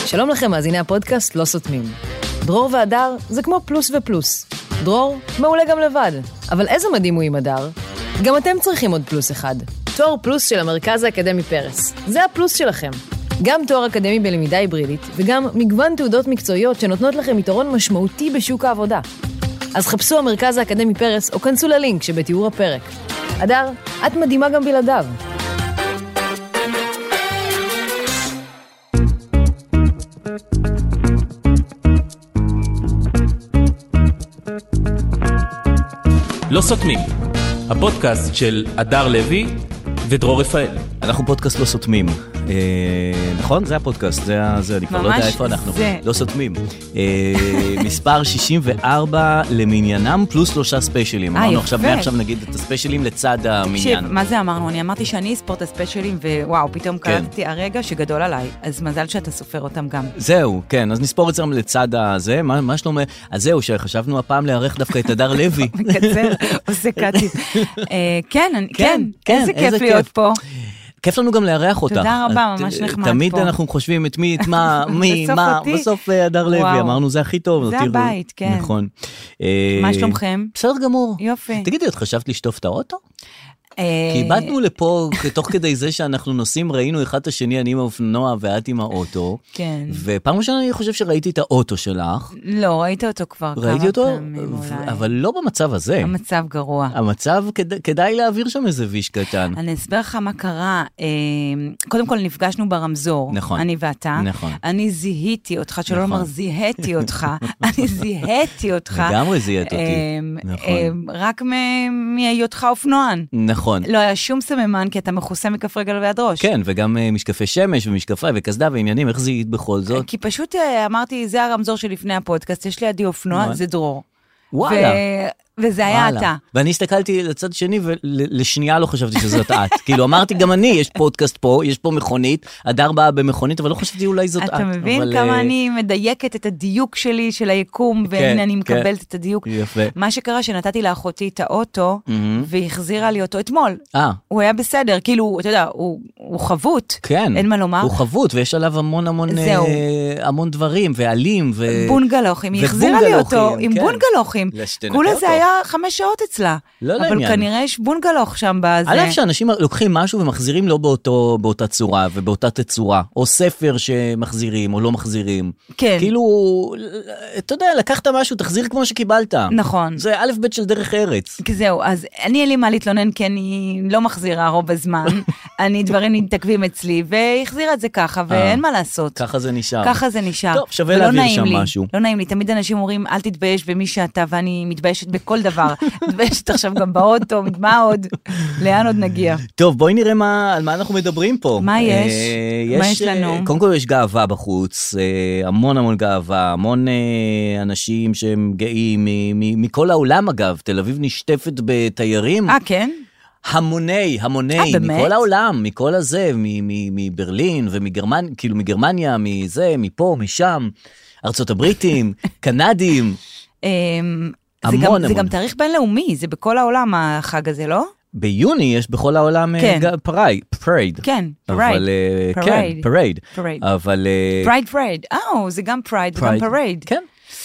שלום לכם, מאזיני הפודקאסט לא סותמים. דרור והדר זה כמו פלוס ופלוס. דרור מעולה גם לבד, אבל איזה מדהים הוא עם הדר. גם אתם צריכים עוד פלוס אחד. תואר פלוס של המרכז האקדמי פרס. זה הפלוס שלכם. גם תואר אקדמי בלמידה היברידית, וגם מגוון תעודות מקצועיות שנותנות לכם יתרון משמעותי בשוק העבודה. אז חפשו המרכז האקדמי פרס, או כנסו ללינק שבתיאור הפרק. הדר, את מדהימה גם בלעדיו. לא סותמים, הפודקאסט של הדר לוי ודרור רפאל. אנחנו פודקאסט לא סותמים, נכון? זה הפודקאסט, זה, אני כבר לא יודע איפה אנחנו. לא סותמים. מספר 64 למניינם, פלוס 3 ספיישלים. אמרנו עכשיו נגיד את הספיישלים לצד המניין. תקשיב, מה זה אמרנו? אני אמרתי שאני אספור את הספיישלים, ווואו, פתאום קלטתי הרגע שגדול עליי. אז מזל שאתה סופר אותם גם. זהו, כן, אז נספור את זה לצד הזה. מה שלום? אז זהו, שחשבנו הפעם לערך דווקא את הדר לוי. מקצר, עושה קאטי. כן, איזה כיף להיות פה. כיף לנו גם לארח אותך. תודה רבה, ממש נחמד פה. תמיד אנחנו חושבים את מי, את מה, בסוף הדר לוי, אמרנו זה הכי טוב. זה הבית, כן. נכון. מה שלומכם? בסדר גמור. יופי. תגידי, את חשבת לשטוף את האוטו? כי באנו לפה, תוך כדי זה שאנחנו נוסעים, ראינו אחד את השני, אני עם האופנוע ואת עם האוטו. כן. ופעם ראשונה אני חושב שראיתי את האוטו שלך. לא, ראית אותו כבר כמה ראיתי אותו, פעמים, אבל לא במצב הזה. המצב גרוע. המצב, כדאי להעביר שם איזה ויש קטן. אני אסבר לך מה קרה. קודם כל נפגשנו ברמזור. נכון. אני ואתה. נכון. אני זיהיתי אותך, שלא לומר זיהיתי אותך. אני זיהיתי אותך. לגמרי זיהית אותי. נכון. רק מהיותך אופנוען. נכון. לא היה שום סממן, כי אתה מכוסה מכף רגל ועד ראש. כן, וגם משקפי שמש ומשקפי וקסדה ועניינים, איך זיהית בכל זאת? כי פשוט אמרתי, זה הרמזור שלפני הפודקאסט, יש לידי אופנוע, זה דרור. וואלה. וזה היה אתה. ואני הסתכלתי לצד שני, ולשנייה לא חשבתי שזאת את. כאילו, אמרתי, גם אני, יש פודקאסט פה, יש פה מכונית, הדר באה במכונית, אבל לא חשבתי אולי זאת את. אתה מבין כמה אני מדייקת את הדיוק שלי, של היקום, והנה אני מקבלת את הדיוק. יפה. מה שקרה, שנתתי לאחותי את האוטו, והחזירה לי אותו אתמול. הוא היה בסדר, כאילו, אתה יודע, הוא חבוט. כן. אין מה לומר. הוא חבוט, ויש עליו המון דברים, ועלים, בונגלוחים. היא החזירה לי אותו עם בונגלוחים. כולה זה היה 5 שעות אצלה. לא אבל לעניין. כנראה יש בונגלוך שם בזה. עליו שאנשים לוקחים משהו ומחזירים לא באותה צורה ובאותה תצורה, או ספר שמחזירים או לא מחזירים. כן. כאילו, אתה יודע, לקחת משהו, תחזיר כמו שקיבלת. נכון. זה א' ב' של דרך ארץ. זהו, אז אין לי מה להתלונן, כי אני לא מחזירה רוב הזמן. דברים מתעכבים אצלי, והחזירה את זה ככה, ואין מה לעשות. ככה זה נשאר. ככה זה נשאר. טוב, שווה להעביר שם משהו. לא נעים לי, תמיד אנשים אומרים, אל תתבייש במי שאתה, ואני מתביישת בכל דבר. מתביישת עכשיו גם באוטו, מה עוד? לאן עוד נגיע? טוב, בואי נראה על מה אנחנו מדברים פה. מה יש? מה יש לנו? קודם כל יש גאווה בחוץ, המון גאווה, המון אנשים שהם גאים, מכל העולם אגב, תל אביב נשטפת בתיירים. כן? המוני, מכל העולם, מכל הזה, מברלין ומגרמניה, כאילו מגרמניה, מזה, מפה, משם, ארצות הבריטים, קנדים, המון. זה גם תאריך בינלאומי, זה בכל העולם החג הזה, לא? ביוני יש בכל העולם פרייד. כן, פרייד. אבל... פרייד. זה גם פרייד וגם פרייד. כן.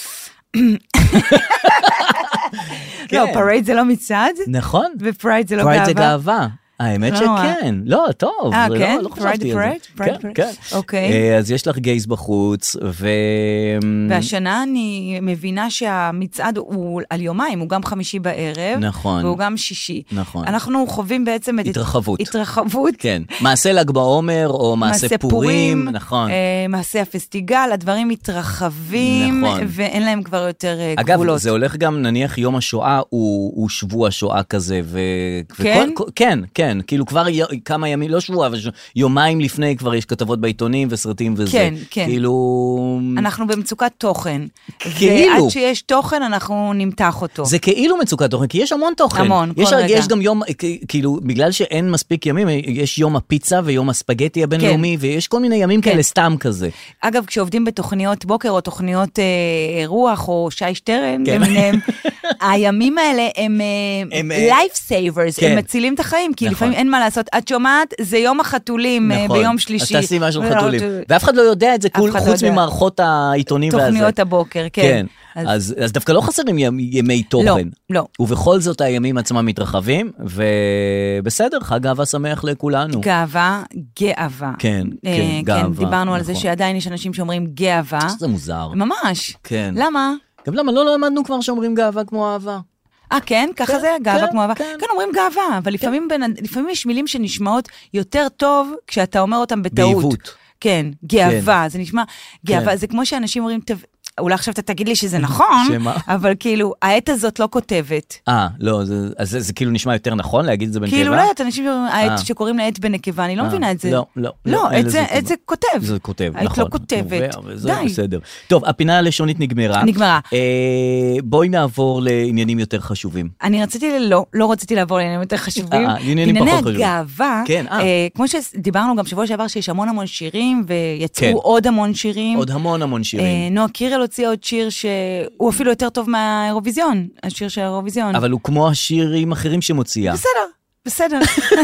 לא, פרייד זה לא מצעד. נכון. ופרייד זה לא גאווה. פרייד זה גאווה. האמת שכן, לא, טוב, כן? לא חשבתי על זה. כן. אוקיי. אז יש לך גייז בחוץ, והשנה אני מבינה שהמצעד הוא על יומיים, הוא גם 5 בערב, נכון. והוא גם 6. נכון. אנחנו חווים בעצם את התרחבות. כן, מעשה ל"ג בעומר, או מעשה פורים, נכון. מעשה הפסטיגל, הדברים מתרחבים, ואין להם כבר יותר גבולות. אגב, זה הולך גם, נניח, יום השואה הוא שבוע שואה כזה, כן? כן, כאילו כבר כמה ימים, לא שבוע, אבל יומיים לפני כבר יש כתבות בעיתונים וסרטים וזה. כן. כאילו... אנחנו במצוקת תוכן. כאילו. ועד שיש תוכן, אנחנו נמתח אותו. זה כאילו מצוקת תוכן, כי יש המון תוכן. המון, כל רגע. יש גם יום, כאילו, בגלל שאין מספיק ימים, יש יום הפיצה ויום הספגטי הבינלאומי, ויש כל מיני ימים כאלה סתם כזה. אגב, כשעובדים בתוכניות בוקר, או תוכניות רוח, או שי שטרן, למיניהם, הימים האלה הם life savers, הם מצילים את החיים, כי לפעמים אין מה לעשות. את שומעת, זה יום החתולים ביום שלישי. אז תעשי משהו חתולים. ואף אחד לא יודע את זה, חוץ ממערכות העיתונים והזה. תוכניות הבוקר, כן. אז דווקא לא חסרים ימי תוכן. לא. ובכל זאת הימים עצמם מתרחבים, ובסדר, חג גאווה שמח לכולנו. גאווה. כן, גאווה. דיברנו על זה שעדיין יש אנשים שאומרים גאווה. זה מוזר. ממש. כן. למה? גם למה? לא למדנו כבר שאומרים גאווה כמו אהבה. כן? ככה זה? גאווה כמו אהבה? כן, אומרים גאווה, אבל לפעמים יש מילים שנשמעות יותר טוב כשאתה אומר אותם בטעות. בעיוות. כן, גאווה, זה נשמע, גאווה, זה כמו שאנשים אומרים, אולי עכשיו אתה תגיד לי שזה נכון, אבל כאילו, העת הזאת לא כותבת. לא, אז זה כאילו נשמע יותר נכון להגיד את זה בנקבה? כאילו, לא יודעת, אנשים שקוראים לעת בנקבה, אני לא מבינה את זה. לא, עת זה כותב. זה כותב, נכון. העת לא כותבת. די. בסדר. טוב, הפינה הלשונית נגמרה. בואי נעבור לעניינים יותר חשובים. אני לא רציתי לעבור לעניינים יותר חשובים. עניינים פחות חשובים. ענייני הגאווה, כמו שדיברנו גם שבוע שעבר שיש המון שירים, ויצאו עוד המון שירים. עוד המון שירים. נועה קירל הוציא עוד שיר שהוא אפילו יותר טוב מהאירוויזיון, השיר של האירוויזיון. אבל הוא כמו השירים אחרים שמוציאה. בסדר.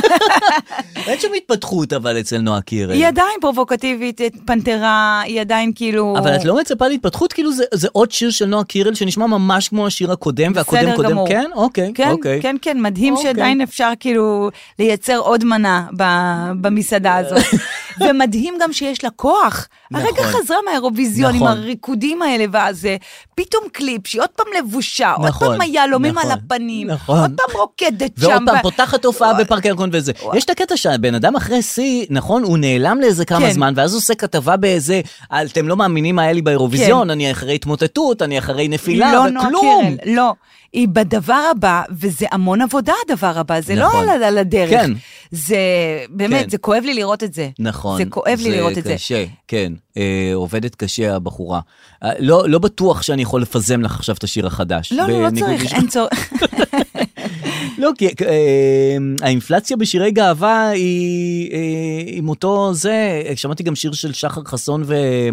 אין שם התפתחות אבל אצל נועה קירל. היא עדיין פרובוקטיבית, פנתרה, היא עדיין כאילו... אבל את לא מצפה להתפתחות, כאילו זה עוד שיר של נועה קירל שנשמע ממש כמו השיר הקודם, והקודם קודם, כן? אוקיי. כן, מדהים שעדיין אפשר כאילו לייצר עוד מנה במסעדה הזאת. ומדהים גם שיש לה כוח. הרגע חזרה מהאירוויזיון עם הריקודים האלה, ואז פתאום קליפ, שהיא עוד פעם לבושה, עוד פעם היהלומים על הפנים, עוד פעם רוקדת שם. ועוד פעם פותחת הופעה בפארק הירקון וזה. יש את הקטע שהבן אדם אחרי שיא, נכון, הוא נעלם לאיזה כמה זמן, ואז הוא עושה כתבה באיזה, אתם לא מאמינים מה היה לי באירוויזיון, אני אחרי התמוטטות, אני אחרי נפילה, וכלום. לא, היא בדבר הבא, וזה המון עבודה הדבר הבא, זה לא על הדרך. כן. זה, באמת, זה כואב לי לראות את זה. נכון. זה כואב לי לראות את זה. זה קשה, כן. עובדת קשה הבחורה. לא בטוח שאני יכול לפזם לך עכשיו את השיר החדש. לא צריך, אין צורך. לא, כי האינפלציה בשירי גאווה היא עם אותו זה, שמעתי גם שיר של שחר חסון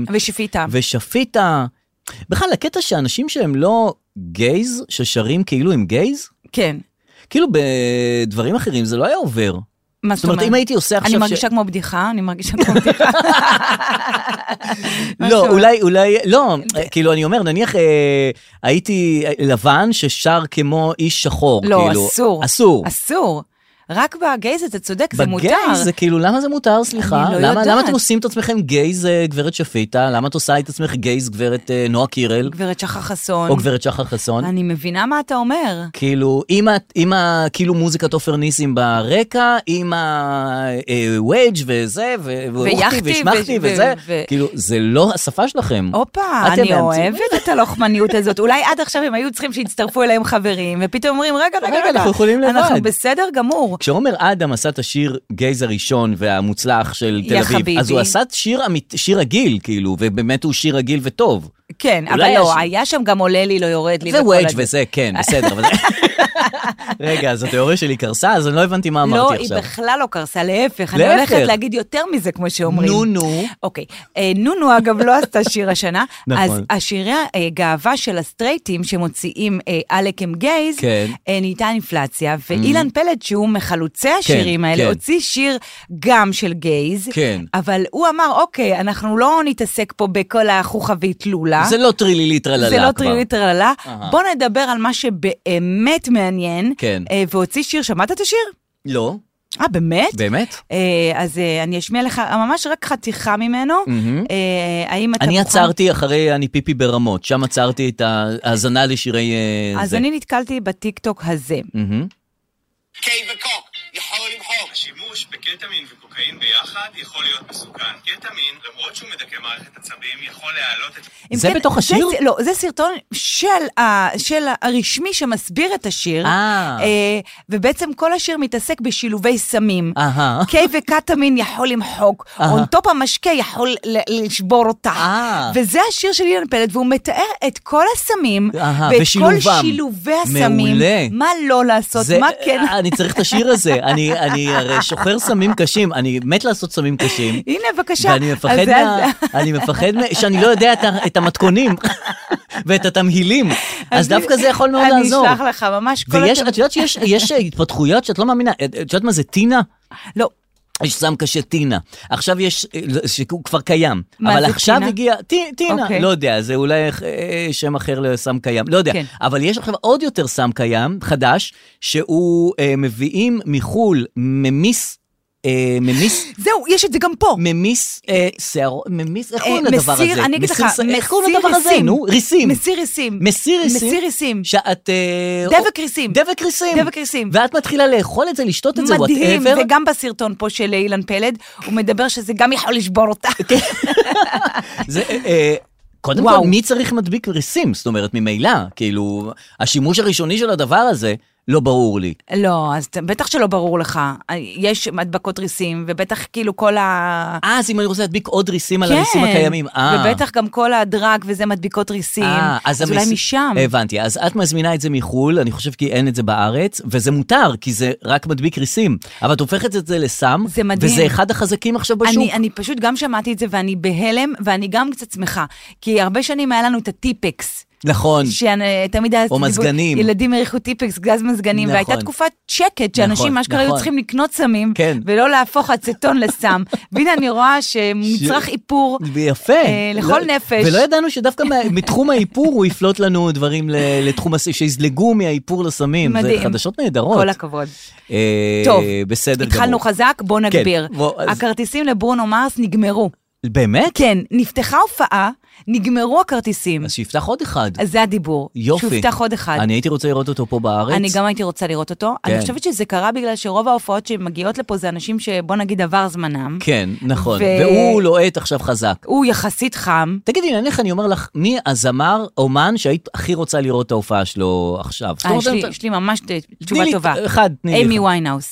ושפיטה. בכלל, הקטע שאנשים שהם לא גייז, ששרים כאילו הם גייז? כן. כאילו בדברים אחרים זה לא היה עובר. מה זאת אומרת? אם הייתי עושה עכשיו... אני מרגישה כמו בדיחה, לא, אולי, לא, כאילו אני אומר, נניח הייתי לבן ששר כמו איש שחור. לא, אסור. רק בגייז אתה צודק, זה מותר. בגייז זה כאילו, למה זה מותר, סליחה? למה אתם עושים את עצמכם גייז גברת שפיטה? למה את עושה את עצמך גייז גברת נועה קירל? גברת שחר חסון. או גברת שחר חסון. אני מבינה מה אתה אומר. כאילו, עם כאילו מוזיקת עופר ניסים ברקע, עם הווייג' וזה, ואוכתי ושמחתי וזה, כאילו, זה לא השפה שלכם. אופה, אני אוהבת את הלוחמניות הזאת. אולי עד עכשיו הם היו צריכים שיצטרפו אליהם חברים, ופתאום אומרים, רגע, אנחנו יכולים לבד. אנחנו בסדר גמור. כשעומר אדם עשה את השיר גייז הראשון והמוצלח של תל אביב, אז הוא עשה שיר רגיל, כאילו, ובאמת הוא שיר רגיל וטוב. כן, אבל לא, היה שם גם עולה לי, לא יורד לי. זה ווייג' וזה, כן, בסדר. רגע, אז התיאוריה שלי קרסה, אז אני לא הבנתי מה אמרתי עכשיו. לא, היא בכלל לא קרסה, להפך. אני הולכת להגיד יותר מזה, כמו שאומרים. נו. אוקיי. נו, אגב, לא עשתה שיר השנה. אז השירי גאווה של הסטרייטים שמוציאים עלק עם גייז, נהייתה אינפלציה, ואילן פלד, שהוא מחלוצי השירים האלה, הוציא שיר גם של גייז, אבל הוא אמר, אוקיי, אנחנו לא נתעסק פה בכל החוכה והתלולה. זה לא טרילילי טרללה. זה לא טרילילי טרללה. בוא נדבר על מה שבאמת מעניין, והוציא שיר, שמעת את השיר? לא. באמת? באמת? אז אני אשמיע לך ממש רק חתיכה ממנו. האם אתה אני עצרתי אחרי אני פיפי ברמות, שם עצרתי את ההזנה לשירי זה. אז אני נתקלתי בטיקטוק הזה. קיי וקוק, יכול למחוק. השימוש בקטמין וקוקאין ביחד יכול להיות מסוכן. קטמין, למרות שהוא מדכא מערכת עצבים, יכול להעלות את... זה בתוך השיר? לא, זה סרטון של הרשמי שמסביר את השיר, ובעצם כל השיר מתעסק בשילובי סמים. קיי וקטמין יכול למחוק, אונטופ המשקה יכול לשבור אותה. וזה השיר של אילן פלד, והוא מתאר את כל הסמים, ואת כל שילובי הסמים, מה לא לעשות, מה כן... אני צריך את השיר הזה, אני הרי שוחר סמים קשים, אני מת לעשות סמים קשים. הנה, בבקשה. ואני מפחד שאני לא יודע את המתכונים ואת התמהילים. אז דווקא זה יכול מאוד לעזור. אני אשלח לך, ממש כל... ואת יודעת שיש התפתחויות שאת לא מאמינה, את יודעת מה זה טינה? לא. יש סם קשה טינה. עכשיו יש, שהוא כבר קיים. אבל עכשיו הגיע, טינה, לא יודע, זה אולי שם אחר לסם קיים, לא יודע. אבל יש עכשיו עוד יותר סם קיים, חדש, שהוא מביאים מחול ממיס, זהו, יש את זה גם פה. ממיס, איך קוראים לדבר הזה? אני אגיד לך, איך קוראים לדבר הזה? נו, ריסים. מסיר ריסים. שאת... דבק ריסים. ואת מתחילה לאכול את זה, לשתות את זה, מדהים, וגם בסרטון פה של אילן פלד, הוא מדבר שזה גם יכול לשבור אותה. קודם כל, מי צריך מדביק ריסים? זאת אומרת, ממילא, כאילו, השימוש הראשוני של הדבר הזה, לא ברור לי. לא, אז בטח שלא ברור לך. יש מדבקות ריסים, ובטח כאילו כל אז אם אני רוצה להדביק עוד ריסים על הריסים הקיימים. ובטח גם כל הדרג וזה מדביקות ריסים. אז אולי משם. הבנתי, אז את מזמינה את זה מחול, אני חושב כי אין את זה בארץ, וזה מותר, כי זה רק מדביק ריסים. אבל את הופכת את זה לסם, וזה אחד החזקים עכשיו בשוק. אני פשוט גם שמעתי את זה, ואני בהלם, ואני גם קצת שמחה. כי הרבה שנים היה לנו את הטיפקס. נכון. שתמיד או מזגנים. ילדים עריכו טיפקס, גז מזגנים, והייתה תקופת שקט, שאנשים אשכרה היו צריכים לקנות סמים, ולא להפוך אצטון לסם. והנה אני רואה שמצרך איפור, לכל נפש. ולא ידענו שדווקא מתחום האיפור הוא יפלוט לנו דברים לתחום, שיזלגו מהאיפור לסמים. זה חדשות נהדרות. כל הכבוד. טוב, בסדר גמור. התחלנו חזק, בוא נגביר. הכרטיסים לברונו מרס נגמרו. באמת? כן, נפתחה הופעה, נגמרו הכרטיסים. אז שיפתח עוד אחד. אז זה הדיבור. יופי. שיפתח עוד אחד. אני הייתי רוצה לראות אותו פה בארץ. אני גם הייתי רוצה לראות אותו. כן. אני חושבת שזה קרה בגלל שרוב ההופעות שמגיעות לפה זה אנשים שבוא נגיד עבר זמנם. כן, נכון. והוא לוהט עכשיו חזק. הוא יחסית חם. תגידי, אני אומר לך, מי הזמר, אומן, שהיית הכי רוצה לראות את ההופעה שלו עכשיו? יש לי ממש תשובה טובה. אחד, אימי ויינהאוס.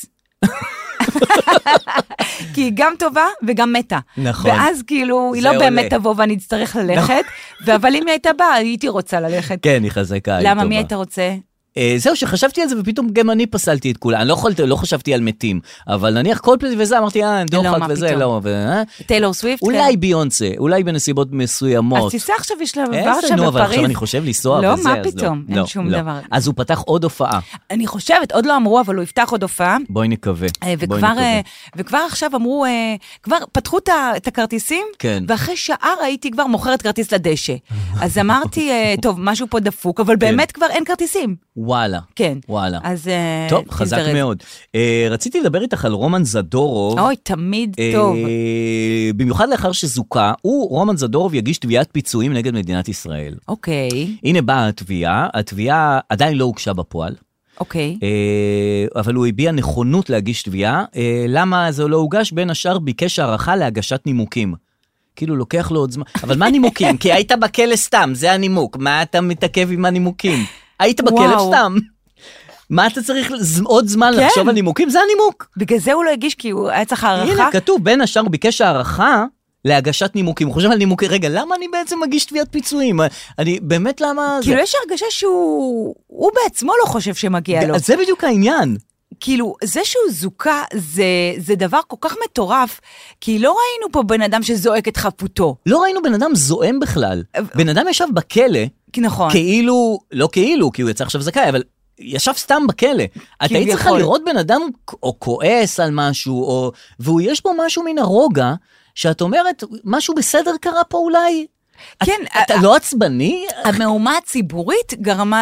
כי היא גם טובה וגם מתה. נכון. ואז כאילו, היא לא באמת תבוא ואני אצטרך ללכת, אבל אם היא הייתה באה, הייתי רוצה ללכת. כן, היא חזקה. למה, מי היית רוצה? זהו, שחשבתי על זה, ופתאום גם אני פסלתי את כולה. אני לא חשבתי על מתים, אבל נניח כל פלט וזה, אמרתי, דוחק וזה, לא. טיילור סוויפט? אולי ביונסה, אולי בנסיבות מסוימות. אז תיסע עכשיו, יש לה ורשה בפריז. אבל עכשיו אני חושב לנסוע וזה, לא, מה פתאום? אין שום דבר. אז הוא פתח עוד הופעה. אני חושבת, עוד לא אמרו, אבל הוא יפתח עוד הופעה. בואי נקווה. וכבר עכשיו אמרו, כבר פתחו את הכרטיסים, ואחרי שעה ראיתי כבר מוכרת כרטיס לדשא. אז אמרתי, טוב, משהו פה דפוק, אבל באמת כבר אין כרטיסים. וואלה. כן. וואלה. אז טוב, חזק מאוד. רציתי לדבר איתך על רומן זדורוב. אוי, תמיד טוב. במיוחד לאחר שזוכה, רומן זדורוב יגיש תביעת פיצויים נגד מדינת ישראל. אוקיי. הנה באה התביעה עדיין לא הוגשה בפועל. אוקיי. אבל הוא הביע נכונות להגיש תביעה. למה זה לא הוגש? בין השאר ביקש הערכה להגשת נימוקים. כאילו לוקח לו עוד זמן. אבל מה נימוקים? כי היית בכלא סתם, זה הנימוק. מה אתה מתעכב עם הנימוקים? היית בכלב סתם. מה אתה צריך עוד זמן לחשוב על נימוקים? זה הנימוק. בגלל זה הוא לא הגיש, כי הוא היה צריך הערכה. הנה, כתוב, בין השאר הוא ביקש הערכה להגשת נימוקים. הוא חושב על נימוקים, רגע, למה אני בעצם מגיש תביעת פיצויים? באמת למה... כאילו יש הרגשה שהוא בעצמו לא חושב שמגיע לו. זה בדיוק העניין. כאילו, זה שהוא זוכה, זה דבר כל כך מטורף, כי לא ראינו פה בן אדם שזועק את חפותו. לא ראינו בן אדם זועם בכלל. בן אדם ישב בכלא, נכון. כאילו, לא כאילו, כי הוא יצא עכשיו זכאי, אבל ישב סתם בכלא. אתה היית צריכה לראות בן אדם או כועס על משהו, והוא יש בו משהו מן הרוגע, שאת אומרת, משהו בסדר קרה פה אולי? כן. אתה לא עצבני? המהומה הציבורית גרמה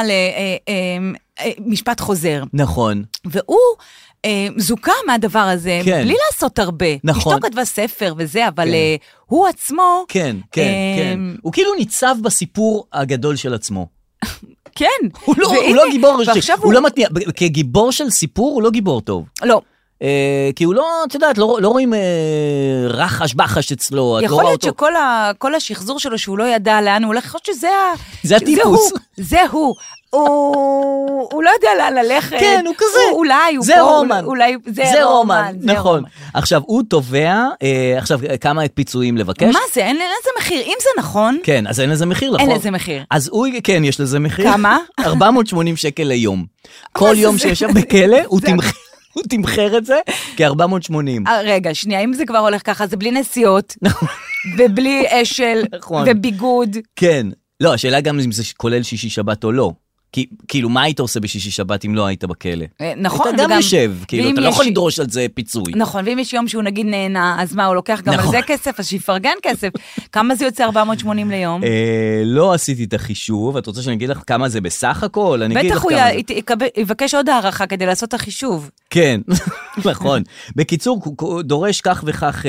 למשפט חוזר. נכון. והוא זוכה מהדבר הזה, בלי לעשות הרבה. נכון. אשתו כתבה ספר וזה, אבל הוא עצמו... כן. הוא כאילו ניצב בסיפור הגדול של עצמו. כן. הוא לא גיבור, הוא לא מתניע, כגיבור של סיפור הוא לא גיבור טוב. לא. כי הוא לא, את יודעת, לא רואים רחש בחש אצלו. יכול להיות שכל השחזור שלו שהוא לא ידע לאן הוא הולך, יכול להיות שזה זה הטיפוס. זה הוא. הוא לא יודע לאן ללכת. כן, הוא כזה. אולי, זה רומן. זה רומן. נכון. עכשיו, הוא תובע, עכשיו, כמה פיצויים לבקש? מה זה? אין לזה מחיר. אם זה נכון... כן, אז אין לזה מחיר, נכון? אין לזה מחיר. אז הוא, כן, יש לזה מחיר. כמה? 480 שקל ליום. כל יום שישב בכלא, הוא תמחר את זה כ-480. רגע, שנייה, אם זה כבר הולך ככה, זה בלי נסיעות, ובלי אשל, וביגוד. כן. לא, השאלה גם אם זה כולל שישי שבת או לא. כאילו, מה היית עושה בשישי שבת אם לא היית בכלא? נכון. אתה גם יושב, כאילו, אתה לא יכול לדרוש על זה פיצוי. נכון, ואם יש יום שהוא נגיד נהנה, אז מה, הוא לוקח גם על זה כסף, אז שיפרגן כסף. כמה זה יוצא 480 ליום? לא עשיתי את החישוב, את רוצה שאני אגיד לך כמה זה בסך הכל? בטח הוא יבקש עוד הערכה כדי לעשות את החישוב. כן, נכון. בקיצור, דורש כך וכך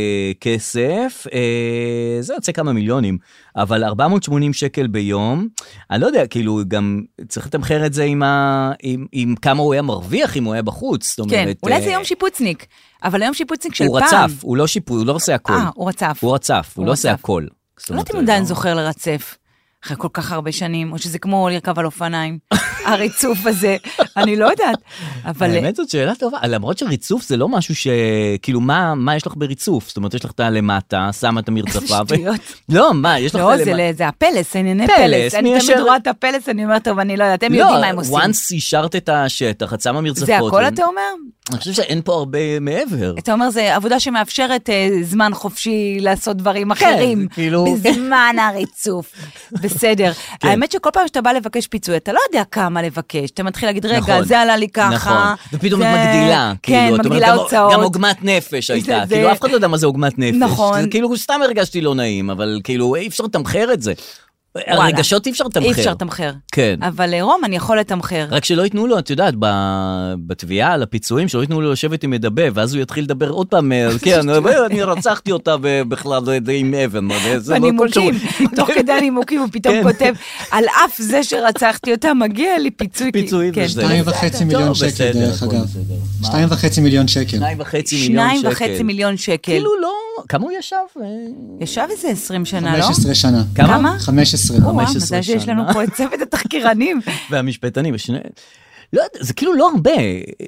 כסף, זה יוצא כמה מיליונים, אבל 480 שקל ביום, אני לא יודע, כאילו גם צריך לתמחר את זה עם כמה הוא היה מרוויח אם הוא היה בחוץ. כן, אולי זה יום שיפוצניק, אבל היום שיפוצניק של פעם. הוא רצף, הוא לא שיפוץ, הוא לא עושה הכל. הוא רצף. הוא רצף, הוא לא עושה הכל. לא יודעת אם עדיין זוכר לרצף. אחרי כל כך הרבה שנים, או שזה כמו לרכב על אופניים, הריצוף הזה, אני לא יודעת, אבל... האמת זאת שאלה טובה, למרות שריצוף זה לא משהו כאילו, מה יש לך בריצוף? זאת אומרת, יש לך את למטה, שמה את המרצפה, לא, מה, יש לך... לא, זה הפלס, ענייני פלס, אני תמיד רואה את הפלס, אני אומרת, טוב, אני לא יודעת, אתם יודעים מה הם עושים. לא, once אישרת את השטח, את שמה מרצפות. זה הכל אתה אומר? אני חושב שאין פה הרבה מעבר. אתה אומר, זה עבודה שמאפשרת זמן חופשי לעשות דברים אחרים, בזמן הריצוף. בסדר. האמת שכל פעם שאתה בא לבקש פיצוי, אתה לא יודע כמה לבקש. אתה מתחיל להגיד, רגע, זה עלה לי ככה. נכון. ופתאום את מגדילה. כן, מגדילה הוצאות. גם עוגמת נפש הייתה. כאילו, אף אחד לא יודע מה זה עוגמת נפש. נכון. כאילו, סתם הרגשתי לא נעים, אבל כאילו, אי אפשר לתמחר את זה. הרגשות אי אפשר לתמחר. אי אפשר לתמחר. כן. אבל רום, אני יכול לתמחר. רק שלא ייתנו לו, את יודעת, בתביעה, על הפיצויים, שלא ייתנו לו לשבת עם מדבב, ואז הוא יתחיל לדבר עוד פעם, כן, אני רצחתי אותה בכלל עם אבן. בנימוקים, תוך כדי הנימוקים הוא פתאום כותב, על אף זה שרצחתי אותה, מגיע לי פיצוי. פיצוי. 2.5 מיליון שקל, דרך אגב. 2.5 מיליון שקל. 2.5 מיליון שקל. כאילו לא, כמה הוא ישב? ישב איזה 20 שנה, לא? 15 שנה. כמה? 15 מזל שיש לנו פה את צוות התחקירנים. והמשפטנים, לא יודע, זה כאילו לא הרבה,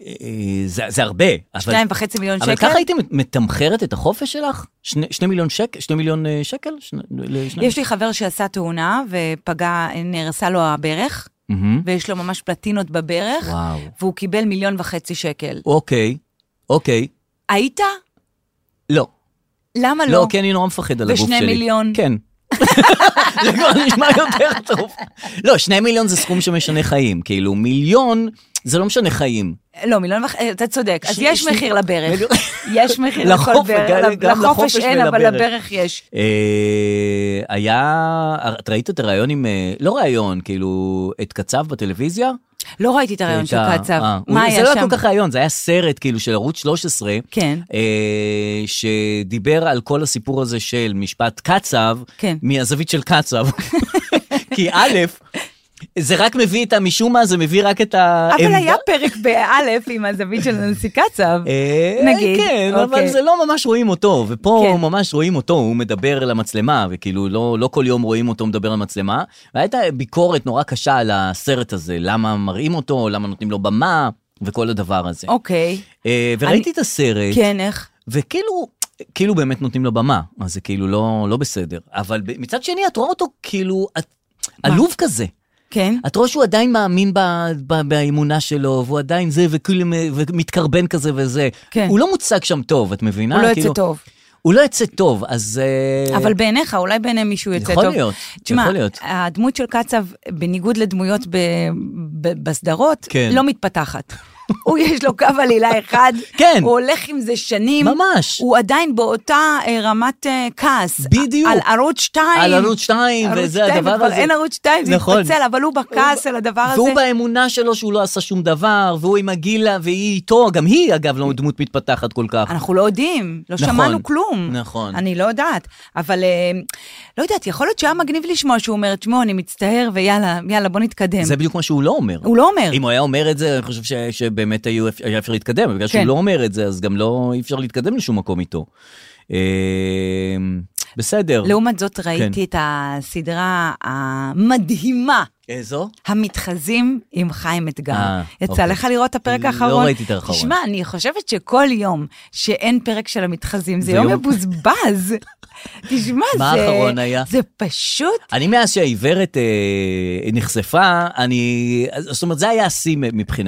זה הרבה. 2.5 מיליון שקל? אבל ככה הייתם מתמחרת את החופש שלך? 2 מיליון שקל? יש לי חבר שעשה תאונה, ופגע, נהרסה לו הברך, ויש לו ממש פלטינות בברך, והוא קיבל 1.5 מיליון שקל. אוקיי. היית? לא. למה לא? לא, כי אני נורא מפחד על הגוף שלי. ו2 מיליון? כן. זה כבר נשמע יותר טוב. לא, 2 מיליון זה סכום שמשנה חיים. כאילו, 1 מיליון זה לא משנה חיים. לא, 1.5 מיליון, אתה צודק. אז יש מחיר לברך. יש מחיר לכל ברך. לחופש אין, אבל לברך יש. את ראית את הרעיון עם... לא רעיון, כאילו, את קצב בטלוויזיה? לא ראיתי את הרעיון של קצב. מה היה שם? זה לא היה כל כך רעיון, זה היה סרט כאילו של ערוץ 13, כן. שדיבר על כל הסיפור הזה של משפט קצב, מהזווית של קצב. כי א', זה רק מביא את משום מה, זה מביא רק את אבל היה פרק באלף עם הזווית של הנשיא קצב, נגיד. כן, אבל זה לא ממש רואים אותו, ופה ממש רואים אותו, הוא מדבר למצלמה, וכאילו לא כל יום רואים אותו מדבר למצלמה, והייתה ביקורת נורא קשה על הסרט הזה, למה מראים אותו, למה נותנים לו במה, וכל הדבר הזה. אוקיי. וראיתי את הסרט. כן, איך? וכאילו באמת נותנים לו במה, אז זה כאילו לא בסדר. אבל מצד שני, את רואה אותו כאילו עלוב כזה. כן. את רואה שהוא עדיין מאמין באמונה שלו, והוא עדיין זה, ומתקרבן כזה וזה. כן. הוא לא מוצג שם טוב, את מבינה? הוא לא יצא טוב. הוא לא יצא טוב, אז... אבל בעיניך, אולי בעיני מישהו יצא טוב. יכול להיות. הדמות של קצב, בניגוד לדמויות בסדרות, לא מתפתחת. הוא יש לו קו עלילה אחד, כן. הוא הולך עם זה שנים, ממש. הוא עדיין באותה רמת כעס. בדיוק. על ערוץ 2. על ערוץ 2, וזה הדבר הזה. אין ערוץ 2, זה מתפצל, אבל הוא בכעס על הדבר הזה. והוא באמונה שלו שהוא לא עשה שום דבר, והוא עם הגילה, והיא איתו, גם היא אגב לא דמות מתפתחת כל כך. אנחנו לא יודעים, לא שמענו כלום. נכון. אני לא יודעת, אבל לא יודעת, יכול להיות שהיה מגניב לשמוע שהוא אומר, תשמעו, אני מצטער, ויאללה, בוא נתקדם. זה בדיוק מה שהוא לא אומר. הוא לא אומר. אם הוא היה אומר את זה, אני חושב שבאמת היה אפשר להתקדם, בגלל שהוא לא אומר את זה, אז גם לא אי אפשר להתקדם לשום מקום איתו. בסדר. לעומת זאת ראיתי את הסדרה המדהימה. איזו? המתחזים עם חיים אתגר. יצא לך לראות את הפרק האחרון? לא ראיתי את האחרון. תשמע, אני חושבת שכל יום שאין פרק של המתחזים, זה יום מבוזבז. תשמע, מה האחרון היה? זה פשוט... אני מאז שהעיוורת נחשפה, זאת אומרת, זה היה השיא מבחינתי.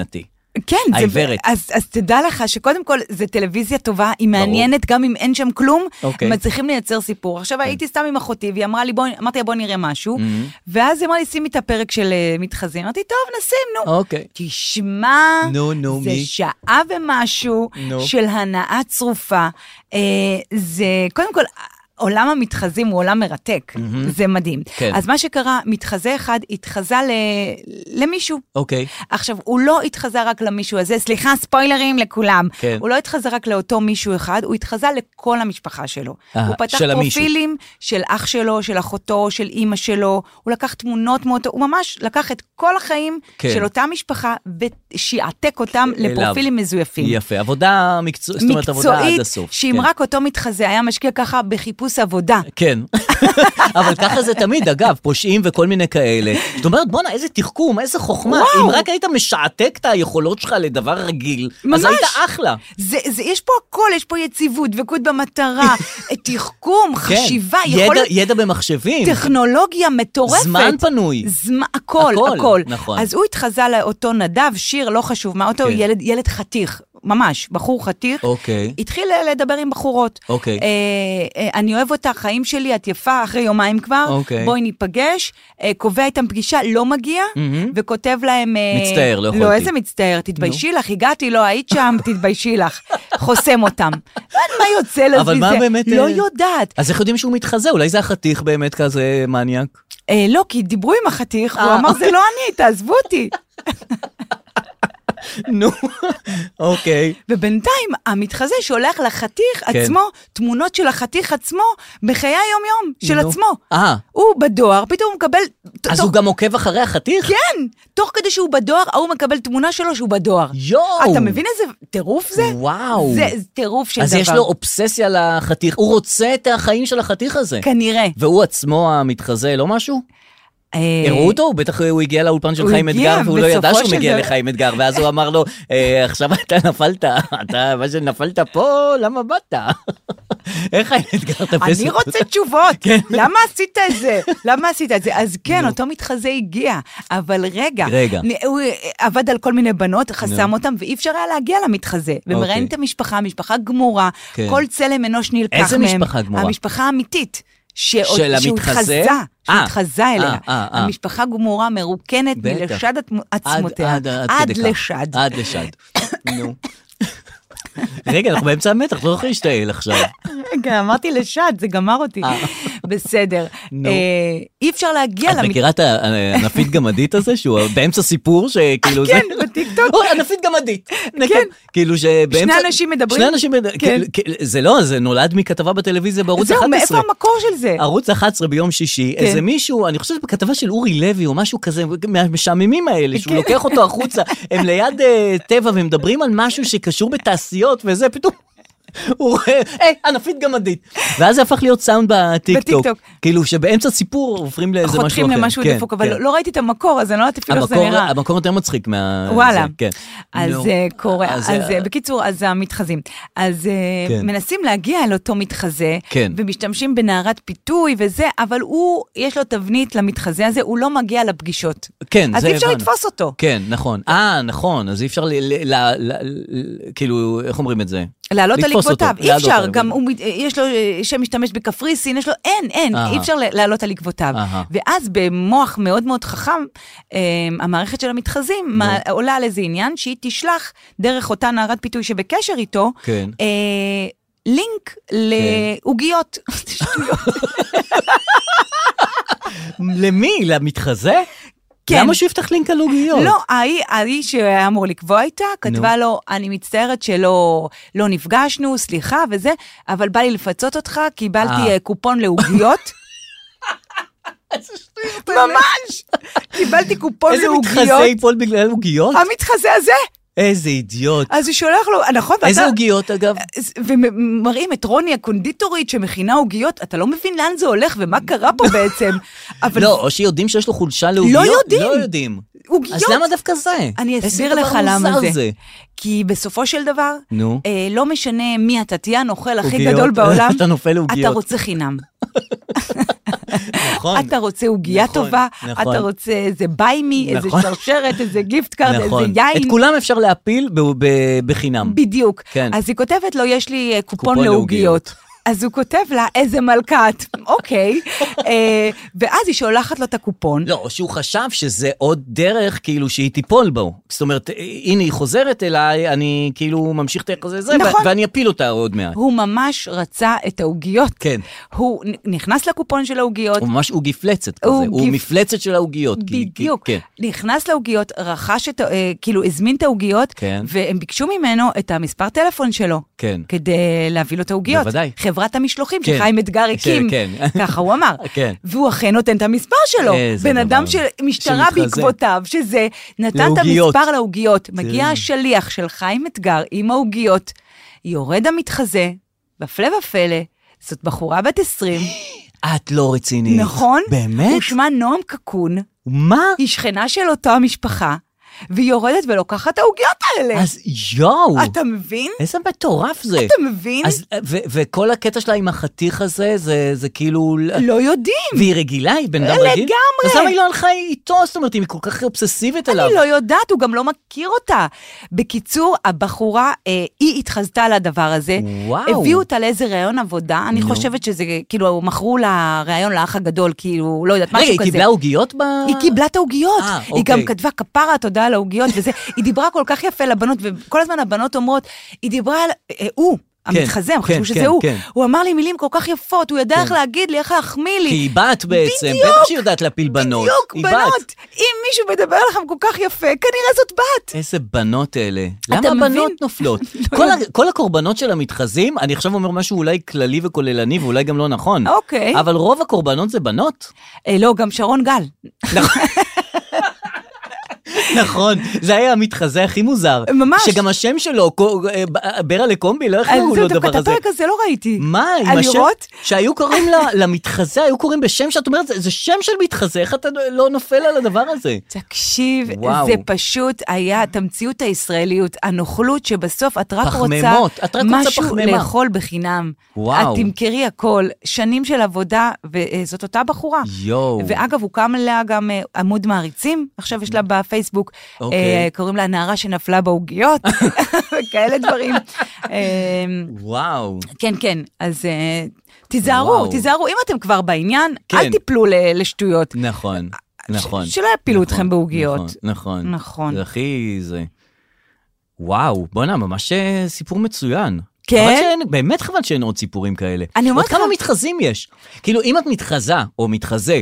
כן, אז תדע לך שקודם כל זה טלוויזיה טובה, היא מעניינת גם אם אין שם כלום, הם מצליחים לייצר סיפור. עכשיו הייתי סתם עם אחותי, והיא אמרה לי, אמרתי לה בוא נראה משהו, ואז היא אמרה לי, שימי את הפרק של מתחזים. אמרתי, טוב, נשים, נו. תשמע, זה שעה ומשהו של הנאה צרופה. זה, קודם כל, עולם המתחזים הוא עולם מרתק, זה מדהים. אז מה שקרה, מתחזה אחד התחזה למישהו. עכשיו, הוא לא התחזה רק למישהו הזה, סליחה, ספוילרים לכולם. הוא לא התחזה רק לאותו מישהו אחד, הוא התחזה לכל המשפחה שלו. הוא פתח פרופילים של אח שלו, של אחותו, של אמא שלו, הוא לקח תמונות מאותו, הוא ממש לקח את כל החיים של אותה משפחה, ושיעתק אותם לפרופילים מזויפים. יפה, עבודה מקצועית, זאת אומרת, עבודה עד הסוף. שאם רק אותו מתחזה היה משקיע ככה בחיפוש עבודה. כן, אבל ככה זה תמיד, אגב, פושעים וכל מיני כאלה. זאת אומרת, בונה, איזה תחכום, איזה חוכמה, אם רק היית משעתק את היכולות שלך לדבר רגיל, אז היית אחלה. יש פה הכל, יש פה יציבות, דבקות במטרה, תחכום, חשיבה, ידע במחשבים. טכנולוגיה מטורפת. זמן פנוי. הכל. אז הוא התחזה לאותו נדב, שיר, לא חשוב מה, אותו ילד חתיך. ממש, בחור חתיך, התחיל לדבר עם בחורות. אני אוהב אותה, חיים שלי, את יפה, אחרי יומיים כבר, בואי ניפגש, קובע איתם פגישה, לא מגיע, וכותב להם... מצטער, לא יכולתי. לא, איזה מצטער, תתביישי לך, הגעתי, לא היית שם, תתביישי לך, חוסם אותם. מה יוצא לזה? אבל מה באמת... לא יודעת. אז איך יודעים שהוא מתחזה? אולי זה החתיך באמת כזה מניאק? לא, כי דיברו עם החתיך, הוא אמר, זה לא אני, תעזבו אותי. נו, אוקיי. ובינתיים המתחזה שולח לחתיך עצמו, תמונות של החתיך עצמו, בחיי היום-יום של עצמו. הוא בדואר, פתאום הוא מקבל... אז הוא גם עוקב אחרי החתיך? כן, תוך כדי שהוא בדואר, הוא מקבל תמונה שלו שהוא בדואר. יואו! אתה מבין איזה טירוף זה? וואו. זה טירוף של דבר. אז יש לו אובססיה לחתיך, הוא רוצה את החיים של החתיך הזה. כנראה. והוא עצמו המתחזה, לא משהו? הראו אותו, בטח הוא הגיע לאולפן של חיים אתגר, והוא לא ידע שהוא מגיע לחיים אתגר, ואז הוא אמר לו, עכשיו אתה נפלת, מה שנפלת פה, למה באת? איך חיים אתגר תפס? אני רוצה תשובות, למה עשית את זה? אז כן, אותו מתחזה הגיע, אבל רגע, הוא עבד על כל מיני בנות, חסם אותם, ואי אפשר היה להגיע למתחזה, ומראיין את המשפחה גמורה, כל צלם אנוש נלקח מהם. איזה משפחה גמורה? המשפחה האמיתית. של המתחזה? שהתחזה אליה. המשפחה גמורה מרוקנת מלשד עצמותיה. עד לשד. עד לשד. נו. רגע, אנחנו באמצע המתח, לא יכולים להשתעל עכשיו. רגע, אמרתי לשד, זה גמר אותי. בסדר. אי אפשר להגיע... את מכירה את הנפית גמדית הזה, שהוא באמצע סיפור שכאילו זה... כן, בטיקטוק. הנפית גמדית. כן. כאילו שבאמצע... שני אנשים מדברים. זה לא, זה נולד מכתבה בטלוויזיה בערוץ 11. זהו, מאיפה המקור של זה? ערוץ 11 ביום שישי, איזה מישהו, אני חושבת בכתבה של אורי לוי, או משהו כזה, מהמשעממים האלה, שהוא לוקח אותו החוצה, הם ליד טבע, והם מדברים על משהו שקשור בתעשיות, וזה פתאום... הוא רואה, הנפית גמדית. ואז זה הפך להיות סאונד בטיקטוק. כאילו שבאמצע סיפור עוברים לאיזה משהו אחר. חותכים למשהו דפוק, אבל לא ראיתי את המקור, אז אני לא יודעת אפילו איך זה נראה. המקור יותר מצחיק וואלה. אז זה קורה. אז בקיצור, אז המתחזים. אז מנסים להגיע אל אותו מתחזה, ומשתמשים בנערת פיתוי וזה, אבל הוא, יש לו תבנית למתחזה הזה, הוא לא מגיע לפגישות. כן, אז אי אפשר לתפוס אותו. כן, נכון. נכון, אז אי אפשר, כאילו, איך אומרים את זה? לעלות על עקבותיו, אי אפשר, גם יש לו שמשתמש בקפריסין, יש לו, אין, אי אפשר לעלות על עקבותיו. ואז במוח מאוד מאוד חכם, המערכת של המתחזים עולה על איזה עניין, שהיא תשלח דרך אותה נערת פיתוי שבקשר איתו, לינק לעוגיות. למי? למתחזה? למה שהוא יפתח לינק על עוגיות? לא, ההיא שהיה אמור לקבוע איתה, כתבה לו, אני מצטערת שלא נפגשנו, סליחה וזה, אבל בא לי לפצות אותך, קיבלתי קופון לעוגיות. ממש! קיבלתי קופון לעוגיות. איזה מתחזה ייפול בגלל עוגיות? המתחזה הזה. איזה אידיוט. אז הוא שולח לו, נכון? איזה עוגיות אגב? ומראים את רוני הקונדיטורית שמכינה עוגיות, אתה לא מבין לאן זה הולך ומה קרה פה בעצם. לא, או שיודעים שיש לו חולשה לעוגיות. לא יודעים. אז למה דווקא זה? אני אסביר לך למה זה. כי בסופו של דבר, לא משנה מי אתה תהיה הנוכל הכי גדול בעולם, אתה רוצה חינם. נכון. אתה רוצה עוגיה טובה, אתה רוצה איזה ביימי, איזה שרשרת, איזה גיפט קארד, איזה יין. את כולם אפשר להפיל בחינם. בדיוק. אז היא כותבת לו, יש לי קופון לעוגיות. אז הוא כותב לה, איזה מלכת, אוקיי, ואז היא שולחת לו את הקופון. לא, שהוא חשב שזה עוד דרך, כאילו, שהיא תיפול בו. זאת אומרת, הנה היא חוזרת אליי, אני כאילו ממשיך את זה, נכון. ואני אפיל אותה עוד מעט. הוא ממש רצה את העוגיות. כן. הוא נכנס לקופון של העוגיות. הוא ממש עוגפלצת כזה, הוא מפלצת של העוגיות. בדיוק. כן. נכנס לעוגיות, רכש את, כאילו, הזמין את העוגיות, כן. והם ביקשו ממנו את המספר טלפון שלו. כן. כדי להביא לו את העוגיות. בוודאי. חברת המשלוחים שחיים אתגר הקים, ככה הוא אמר. והוא אכן נותן את המספר שלו. בן אדם שמשטרה בעקבותיו, שזה נתן את המספר לעוגיות. מגיע השליח של חיים אתגר עם העוגיות, יורד המתחזה, בפלא ופלא, זאת בחורה בת 20. את לא רצינית. נכון. באמת? הוא שמה נועם קקון. מה? היא שכנה של אותו המשפחה. והיא יורדת ולוקחת את העוגיות האלה. אז יואו. אתה מבין? איזה מטורף זה. אתה מבין? וכל הקטע שלה עם החתיך הזה, זה כאילו... לא יודעים. והיא רגילה, היא בן אדם רגיל? לגמרי. אז למה היא לא הלכה איתו? זאת אומרת, היא כל כך אובססיבית אליו. אני לא יודעת, הוא גם לא מכיר אותה. בקיצור, הבחורה, היא התחזתה על הדבר הזה. וואו. הביאו אותה לאיזה רעיון עבודה. אני חושבת שזה, כאילו, מכרו לה רעיון לאח הגדול, כאילו, לא יודעת, משהו כזה. רגע, היא קיבלה עוגיות היא קיבלה את העוגיות. היא גם כתבה כפרה, תודה על העוגיות וזה. היא דיברה כל כך יפה לבנות, וכל הזמן הבנות אומרות, היא דיברה על, המתחזה, הם חשבו שזה הוא. הוא אמר לי מילים כל כך יפות, הוא ידע איך להגיד לי, איך להחמיא לי. כי היא בת בעצם, בטח שהיא יודעת להפיל בנות. בדיוק, בנות. אם מישהו מדבר לכם כל כך יפה, כנראה זאת בת. איזה בנות אלה. למה הבנות נופלות? כל הקורבנות של המתחזים, אני עכשיו אומר משהו אולי כללי וכוללני, ואולי גם לא נכון. אוקיי. אבל רוב הקורבנות זה בנות. לא, גם שרון גל. נכון. נכון, זה היה המתחזה הכי מוזר. ממש. שגם השם שלו, ברה לקומבי, לא הכירו לו דבר הזה. את הפרק הזה לא ראיתי. מה? עם השם? שהיו קוראים למתחזה, היו קוראים בשם שאת אומרת, זה שם של מתחזה, איך אתה לא נופל על הדבר הזה? תקשיב, זה פשוט היה התמציאות הישראליות, הנוכלות שבסוף את רק רוצה משהו לאכול בחינם. את תמכרי הכל, שנים של עבודה, וזאת אותה בחורה. ואגב, הוא קם לה גם עמוד מעריצים, עכשיו יש לה בפייסבוק, קוראים לה נערה שנפלה בעוגיות, וכאלה דברים. וואו. כן, כן, אז תיזהרו, אם אתם כבר בעניין, אל תיפלו לשטויות. נכון, נכון. שלא יפילו אתכם בעוגיות. נכון, נכון. זה הכי זה. וואו, בוא'נה, ממש סיפור מצוין. כן? באמת חבל שאין עוד סיפורים כאלה. עוד כמה מתחזים יש? כאילו, אם את מתחזה או מתחזה,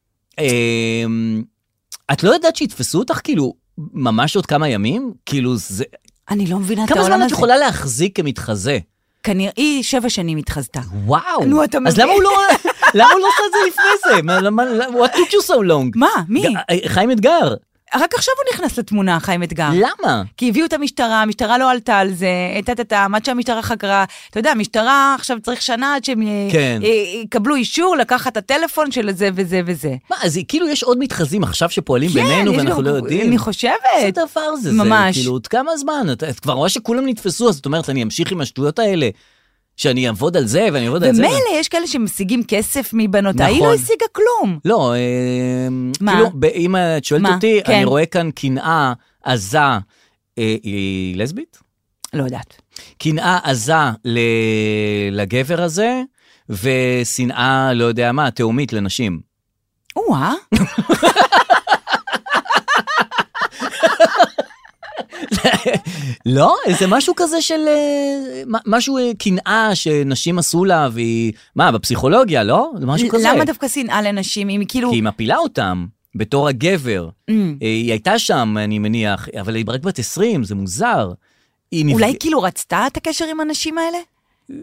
את לא יודעת שיתפסו אותך כאילו ממש עוד כמה ימים? כאילו זה... אני לא מבינה את העולם הזה. כמה זמן את יכולה להחזיק כמתחזה? כנראה, היא 7 שנים התחזתה. וואו. נו, אתה מבין. אז למה הוא לא עושה את זה לפני זה? What took you so long? מה? מי? חיים אתגר. רק עכשיו הוא נכנס לתמונה, חיים אתגר. למה? כי הביאו את המשטרה לא עלתה על זה, עד שהמשטרה חקרה, אתה יודע, המשטרה עכשיו צריך שנה עד שהם יקבלו אישור לקחת את הטלפון של זה וזה וזה. מה, אז כאילו יש עוד מתחזים עכשיו שפועלים בינינו ואנחנו לא יודעים? אני חושבת. זה דבר זה, ממש. כאילו עוד כמה זמן, את כבר רואה שכולם נתפסו, אז זאת אומרת, אני אמשיך עם השטויות האלה. שאני אעבוד על זה, ואני אעבוד על זה. ומילא, יש כאלה שמשיגים כסף מבנות, היא לא השיגה כלום. לא, כאילו, אם את שואלת אותי, אני רואה כאן קנאה עזה, היא לסבית? לא יודעת. קנאה עזה לגבר הזה, ושנאה, לא יודע מה, תאומית לנשים. וואה. לא, זה משהו כזה של, משהו קנאה שנשים עשו לה, והיא, מה, בפסיכולוגיה, לא? זה משהו כזה. למה דווקא שנאה לנשים? היא כאילו... כי היא מפילה אותם, בתור הגבר. היא הייתה שם, אני מניח, אבל היא רק בת 20, זה מוזר. אולי כאילו רצתה את הקשר עם הנשים האלה?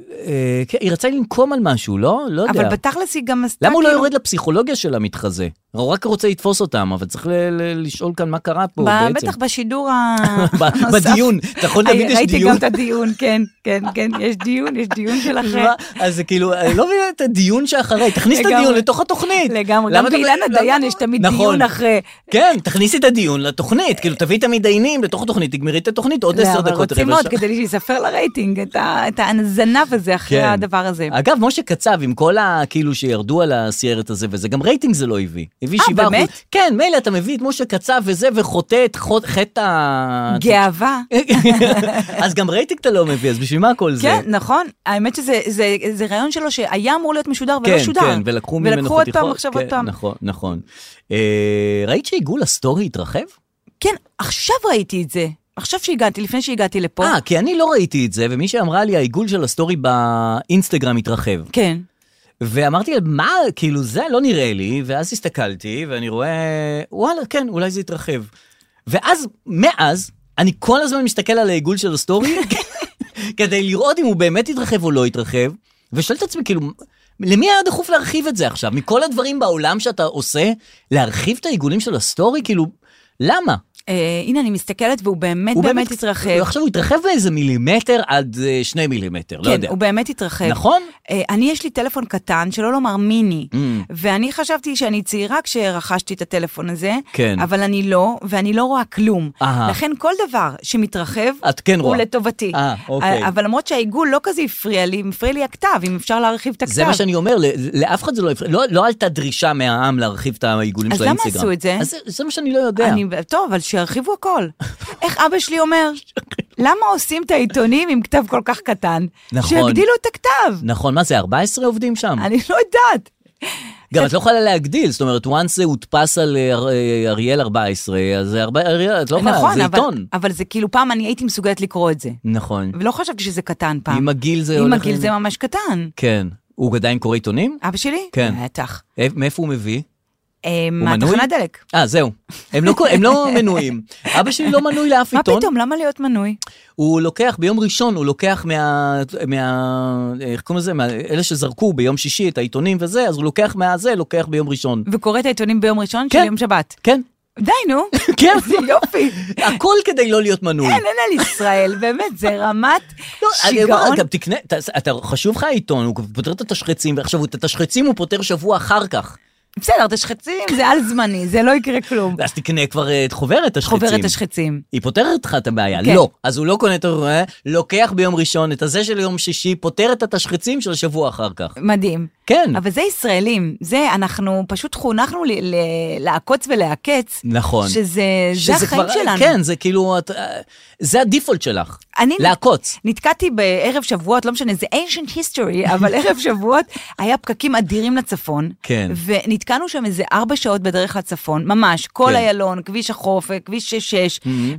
היא רצה לנקום על משהו, לא? לא יודע. אבל בתכלס היא גם עשתה... למה הוא לא יורד לפסיכולוגיה של המתחזה? הוא רק רוצה לתפוס אותם, אבל צריך לשאול כאן מה קרה פה בעצם. בטח בשידור הנוסף. בדיון, נכון, תמיד יש דיון. ראיתי גם את הדיון, כן, יש דיון של אחרי. אז זה כאילו, אני לא מבין את הדיון שאחרי, תכניס את הדיון לתוך התוכנית. לגמרי, גם באילנה דיין יש תמיד דיון אחרי. כן, תכניסי את הדיון לתוכנית, כאילו תביא את המתדיינים לתוך התוכנית, תגמרי את התוכנית עוד 10 דקות. רוצים מאוד כדי שיספר לרייטינג את הזנב הזה אחרי הדבר הזה. אגב, משה קצב, עם כל כאילו שירדו על הסיירת הזה וזה, גם רייטינג זה לא הביא. באמת? כן, מילא אתה מביא את משה קצב וזה, וחוטא את חטא... גאווה. אז גם רייטינג אתה לא מביא, אז בשביל מה כל זה? כן, נכון. האמת שזה רעיון שלו שהיה אמור להיות משודר ולא שודר. כן, ולקחו ממנו חתיכות. ולקחו עוד פעם, עכשיו עוד פעם. נכון. ראית שעיגול הסטורי התרחב? כן, עכשיו ראיתי את זה. עכשיו לפני שהגעתי לפה. כי אני לא ראיתי את זה, ומי שאמרה לי, העיגול של הסטורי באינסטגרם התרחב. כן. ואמרתי, מה, כאילו זה לא נראה לי, ואז הסתכלתי, ואני רואה, וואלה, כן, אולי זה יתרחב. ואז, מאז, אני כל הזמן מסתכל על העיגול של הסטורי, כדי לראות אם הוא באמת יתרחב או לא יתרחב, ושואל את עצמי, כאילו, למי היה דחוף להרחיב את זה עכשיו? מכל הדברים בעולם שאתה עושה, להרחיב את העיגולים של הסטורי, כאילו, למה? הנה, אני מסתכלת, והוא באמת התרחב. עכשיו הוא התרחב באיזה מילימטר עד 2 מילימטר, לא יודע. כן, הוא באמת התרחב. נכון? יש לי טלפון קטן, שלא לומר מיני, ואני חשבתי שאני צעירה כשרכשתי את הטלפון הזה, אבל אני לא, ואני לא רואה כלום. לכן כל דבר שמתרחב, הוא לטובתי. אבל למרות שהעיגול לא כזה הפריע לי הכתב, אם אפשר להרחיב את הכתב. זה מה שאני אומר, לאף אחד זה לא הפריע, לא עלתה דרישה מהעם להרחיב את העיגולים של האינסטגרם. אז למה עשו את זה? אז זה מה שאני לא יודע. טוב, אבל שירחיבו הכל. איך אבא שלי אומר, למה עושים את העיתונים עם כתב כל כך קטן? נכון. שיגדילו את הכתב. נכון, מה זה, 14 עובדים שם? אני לא יודעת. גם את לא יכולה להגדיל, זאת אומרת, once זה הודפס על אריאל 14, אז זה אריאל, את לא יכולה, זה עיתון. אבל זה כאילו פעם אני הייתי מסוגלת לקרוא את זה. נכון. ולא חשבתי שזה קטן פעם. עם הגיל זה עם הגיל זה ממש קטן. כן. הוא עדיין קורא עיתונים? אבא שלי? כן. בטח. מאיפה הוא מביא? מהתחנת דלק. זהו. הם לא מנויים. אבא שלי לא מנוי לאף עיתון. מה פתאום? למה להיות מנוי? הוא לוקח, ביום ראשון הוא לוקח איך קוראים לזה? אלה שזרקו ביום שישי את העיתונים וזה, אז הוא לוקח לוקח ביום ראשון. וקורא את העיתונים ביום ראשון של יום שבת. כן. די, נו. כן. זה יופי. הכל כדי לא להיות מנוי. אין על ישראל, באמת, זה רמת שיגעון. גם תקנה, חשוב לך העיתון, הוא פותר את התשחצים, ועכשיו את התשחצים הוא פותר שבוע אחר כך. בסדר, תשחצים, זה על זמני, זה לא יקרה כלום. אז תקנה כבר את חוברת השחצים. חוברת השחצים. היא פותרת לך את הבעיה. כן. לא. אז הוא לא קונה את החוברת, לוקח ביום ראשון את הזה של יום שישי, פותר את התשחצים של השבוע אחר כך. מדהים. כן. אבל זה ישראלים, זה אנחנו פשוט חונכנו לעקוץ ולעקץ. נכון. שזה החיים שלנו. כן, זה כאילו, זה הדיפולט שלך. לעקוץ. נתקעתי בערב שבועות, לא משנה, זה ancient history, אבל ערב שבועות היה פקקים אדירים לצפון. כן. ונתקענו שם איזה 4 שעות בדרך לצפון, ממש, כל איילון, כביש החוף, כביש 66,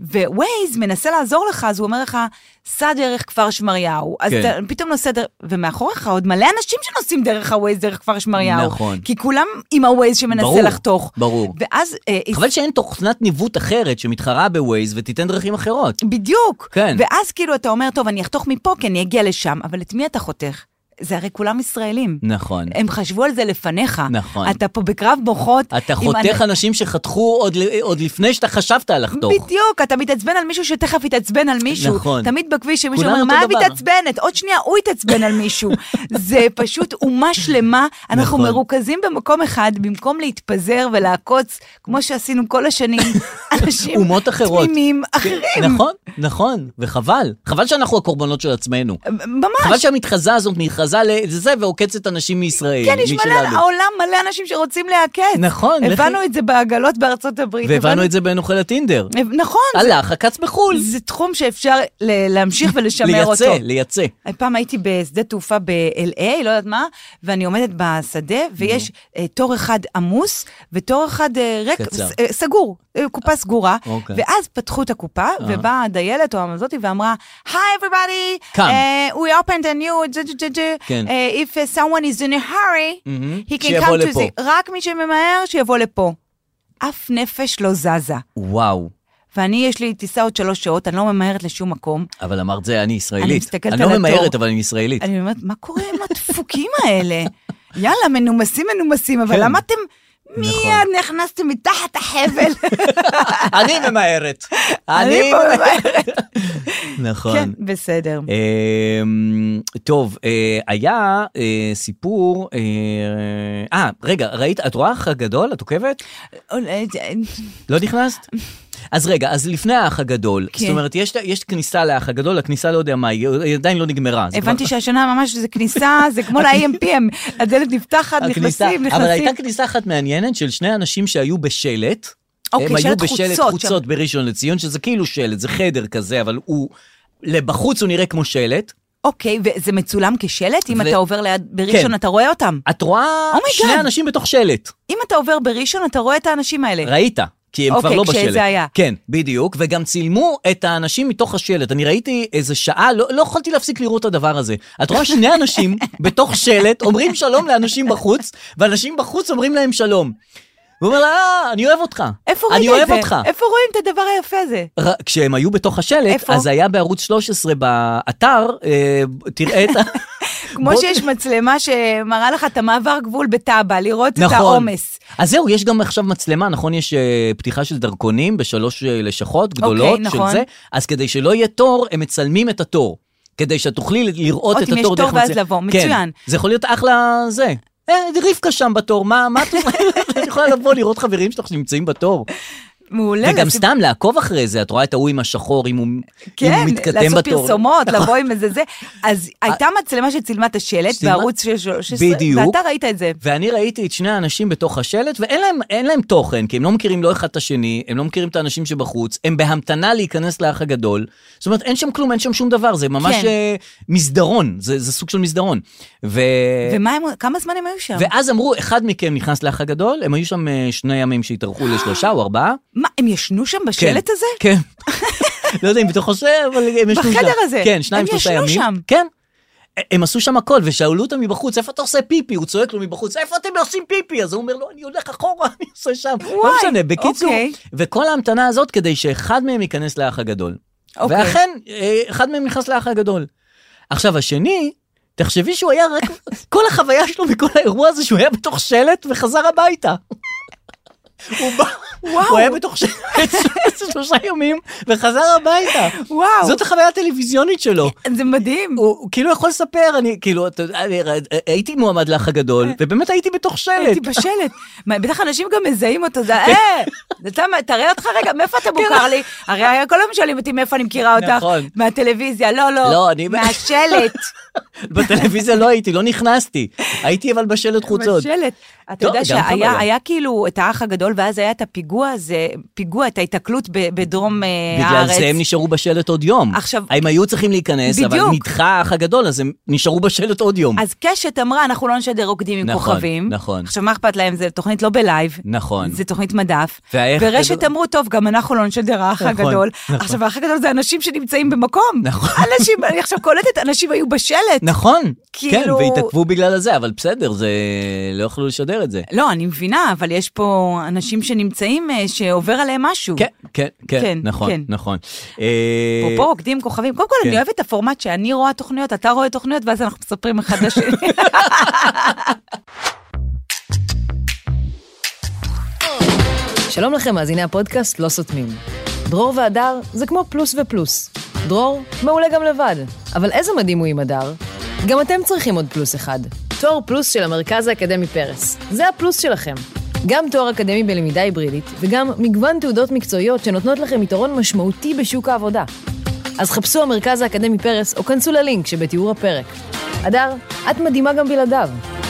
ווייז מנסה לעזור לך, אז הוא אומר לך, סע דרך כפר שמריהו, אז אתה פתאום נוסע דרך, ומאחוריך עוד מלא אנשים שנוסעים דרך הווייז, דרך כפר שמריהו, נכון. כי כולם עם הווייז שמנסה לחתוך. ברור. ואז... חבל שאין תוכנת ניווט אחרת שמתחרה בווייז ותיתן דרכים אחרות. בדיוק. כן. ואז כאילו אתה אומר, טוב, אני אחתוך מפה, כי אני אגיע לשם, אבל את מי אתה חותך? זה הרי כולם ישראלים. נכון. הם חשבו על זה לפניך. נכון. אתה פה בקרב מוחות. אתה חותך אנשים שחתכו עוד לפני שאתה חשבת על לחתוך. בדיוק, אתה מתעצבן על מישהו שתכף יתעצבן על מישהו. נכון. תמיד בכביש שמישהו אומר, מה מתעצבנת? עוד שנייה הוא יתעצבן על מישהו. זה פשוט אומה שלמה. אנחנו מרוכזים במקום אחד, במקום להתפזר ולעקוץ, כמו שעשינו כל השנים, אנשים תמימים אחרים. נכון, נכון, וחבל. חבל שאנחנו הקורבנות של עצמנו. ממש. חבל שהמתחזה הזאת מתחזה לזה ועוקצת אנשים מישראל. כן, יש העולם מלא אנשים שרוצים להעקץ. נכון. הבנו את זה בעגלות בארצות הברית. והבנו את זה בנוכל הטינדר. נכון. הלך, עקץ בחול. זה תחום שאפשר להמשיך ולשמר אותו. לייצא. פעם הייתי בשדה תעופה ב-LA, לא יודעת מה, ואני עומדת בשדה, ויש תור אחד עמוס, ותור אחד ריק, סגור, קופה סגורה, ואז פתחו את הקופה, ובאה הדיילת או המזאתי ואמרה, Hi everybody, we opened a new, if someone is in a hurry, he can come to the, רק מי שממהר שיבוא לפה. אף נפש לא זזה. וואו. ואני, יש לי טיסה עוד 3 שעות, אני לא ממהרת לשום מקום. אבל אמרת זה, אני ישראלית. אני מסתכלת על התור. אני לא ממהרת, אבל אני ישראלית. אני אומרת, מה קורה עם הדפוקים האלה? יאללה, מנומסים, אבל למה אתם מיד נכנסתי מתחת החבל. אני ממהרת. אני ממהרת. נכון. כן, בסדר. טוב, היה סיפור, רגע, ראית, את רואה האח הגדול? את עוקבת? לא נכנסת? אז רגע, אז לפני האח הגדול, זאת אומרת, יש כניסה לאח הגדול, הכניסה לא יודע מה, היא עדיין לא נגמרה. הבנתי שהשנה ממש זה כניסה, זה כמו ל-AMPM, הדלת נפתחת, נכנסים. אבל הייתה כניסה אחת מעניינת של שני אנשים שהיו בשלט, הם היו בשלט חוצות בראשון לציון, שזה כאילו שלט, זה חדר כזה, אבל בחוץ הוא נראה כמו שלט. אוקיי, וזה מצולם כשלט? אם אתה עובר ליד בראשון, אתה רואה אותם? את רואה שני אנשים בתוך שלט. אם אתה עובר בראשון, אתה רואה את האנשים האלה. ראית. כי הם כבר לא בשלט. כשזה היה. כן, בדיוק, וגם צילמו את האנשים מתוך השלט. אני ראיתי איזה שעה, לא יכולתי להפסיק לראות את הדבר הזה. את רואה שני אנשים בתוך שלט, אומרים שלום לאנשים בחוץ, ואנשים בחוץ אומרים להם שלום. הוא אומר לה, אני אוהב אותך. איפה ראית את זה? איפה רואים את הדבר היפה הזה? כשהם היו בתוך השלט, אז היה בערוץ 13 באתר, תראה את כמו שיש מצלמה שמראה לך את המעבר גבול בטאבה, לראות את העומס. אז זהו, יש גם עכשיו מצלמה, נכון, יש פתיחה של דרכונים בשלוש לשכות גדולות של זה, אז כדי שלא יהיה תור, הם מצלמים את התור, כדי שתוכלי לראות את התור דרך מצלמה. ואז לבוא, מצוין. זה יכול להיות אחלה זה. רבקה שם בתור, מה את יכולה לבוא לראות חברים שלך שנמצאים בתור? מעולה. וגם סתם לעקוב אחרי זה, את רואה את ההוא עם השחור, אם הוא מתקדם בתור. כן, לעשות פרסומות, לבוא עם איזה זה. אז הייתה מצלמה שצילמה את השלט בערוץ 16, ואתה ראית את זה. ואני ראיתי את שני האנשים בתוך השלט, ואין להם תוכן, כי הם לא מכירים לא אחד את השני, הם לא מכירים את האנשים שבחוץ, הם בהמתנה להיכנס לאח הגדול. זאת אומרת, אין שם כלום, אין שם שום דבר, זה ממש מסדרון, זה סוג של מסדרון. כמה זמן הם היו שם? ואז אמרו, אחד מכם נכנס לאח הגדול, הם היו שם 2 ימים שהתארחו ל3 או 4. מה, הם ישנו שם בשלט הזה? כן. לא יודע אם בתוך חושב, אבל הם ישנו שם. בחדר הזה? כן, 2-3 ימים. הם ישנו שם? כן. הם עשו שם הכל, ושאלו אותם מבחוץ, איפה אתה עושה פיפי? הוא צועק לו מבחוץ, איפה אתם עושים פיפי? אז הוא אומר לו, אני הולך אחורה, אני עושה שם. לא משנה, בקיצור. וכל ההמתנה הזאת, כדי שאחד מהם ייכנס לאח הגדול. ואכן, אחד מהם נכנס לאח הגדול. עכשיו, השני, תחשבי שהוא היה רק, כל החוויה שלו מכל האירוע הזה, שהוא היה בתוך שלט וחזר הביתה. הוא היה בתוך 3 ימים וחזר הביתה. זאת החוויה הטלוויזיונית שלו. זה מדהים. הוא כאילו יכול לספר, אני כאילו, הייתי מועמד לאח הגדול, ובאמת הייתי בתוך שלט. הייתי בשלט. בטח אנשים גם מזהים אותו, תראה אותך רגע, מאיפה אתה מוכר לי? הרי כל היום שואלים אותי מאיפה אני מכירה אותך. מהטלוויזיה, לא, מהשלט. בטלוויזיה לא הייתי, לא נכנסתי. הייתי אבל בשלט חוצות. בשלט. אתה יודע שהיה כאילו את האח הגדול, ואז היה את הפיגוע הזה, את ההתקלות בדרום הארץ. בגלל זה הם נשארו בשלט עוד יום. הם היו צריכים להיכנס, אבל נדחה האח הגדול, אז הם נשארו בשלט עוד יום. אז קשת אמרה, אנחנו לא נשדר רוקדים עם כוכבים. נכון. עכשיו, מה אכפת להם? זה תוכנית לא בלייב. נכון. זה תוכנית מדף. ורשת אמרו, טוב, גם אנחנו לא נשדר האח הגדול. עכשיו, האח הגדול זה אנשים שנמצאים במקום. נכון. אני עכשיו קולטת, אנשים היו בשלט. נכון. כן, והתעכבו בגלל זה, אבל בסדר, זה לא יכלו לשדר את זה. לא, אני מבינה, אבל יש פה אנשים שנמצאים, שעובר עליהם משהו. כן, נכון. פה רוקדים כוכבים. קודם כל, אני אוהבת את הפורמט שאני רואה תוכניות, אתה רואה תוכניות, ואז אנחנו מספרים אחד לשני. שלום לכם, מאזיני הפודקאסט לא סותמים. דרור והדר זה כמו פלוס ופלוס. דרור מעולה גם לבד, אבל איזה מדהים הוא עם הדר? גם אתם צריכים עוד פלוס אחד. תואר פלוס של המרכז האקדמי פרס. זה הפלוס שלכם. גם תואר אקדמי בלמידה היברידית, וגם מגוון תעודות מקצועיות שנותנות לכם יתרון משמעותי בשוק העבודה. אז חפשו המרכז האקדמי פרס, או כנסו ללינק שבתיאור הפרק. הדר, את מדהימה גם בלעדיו.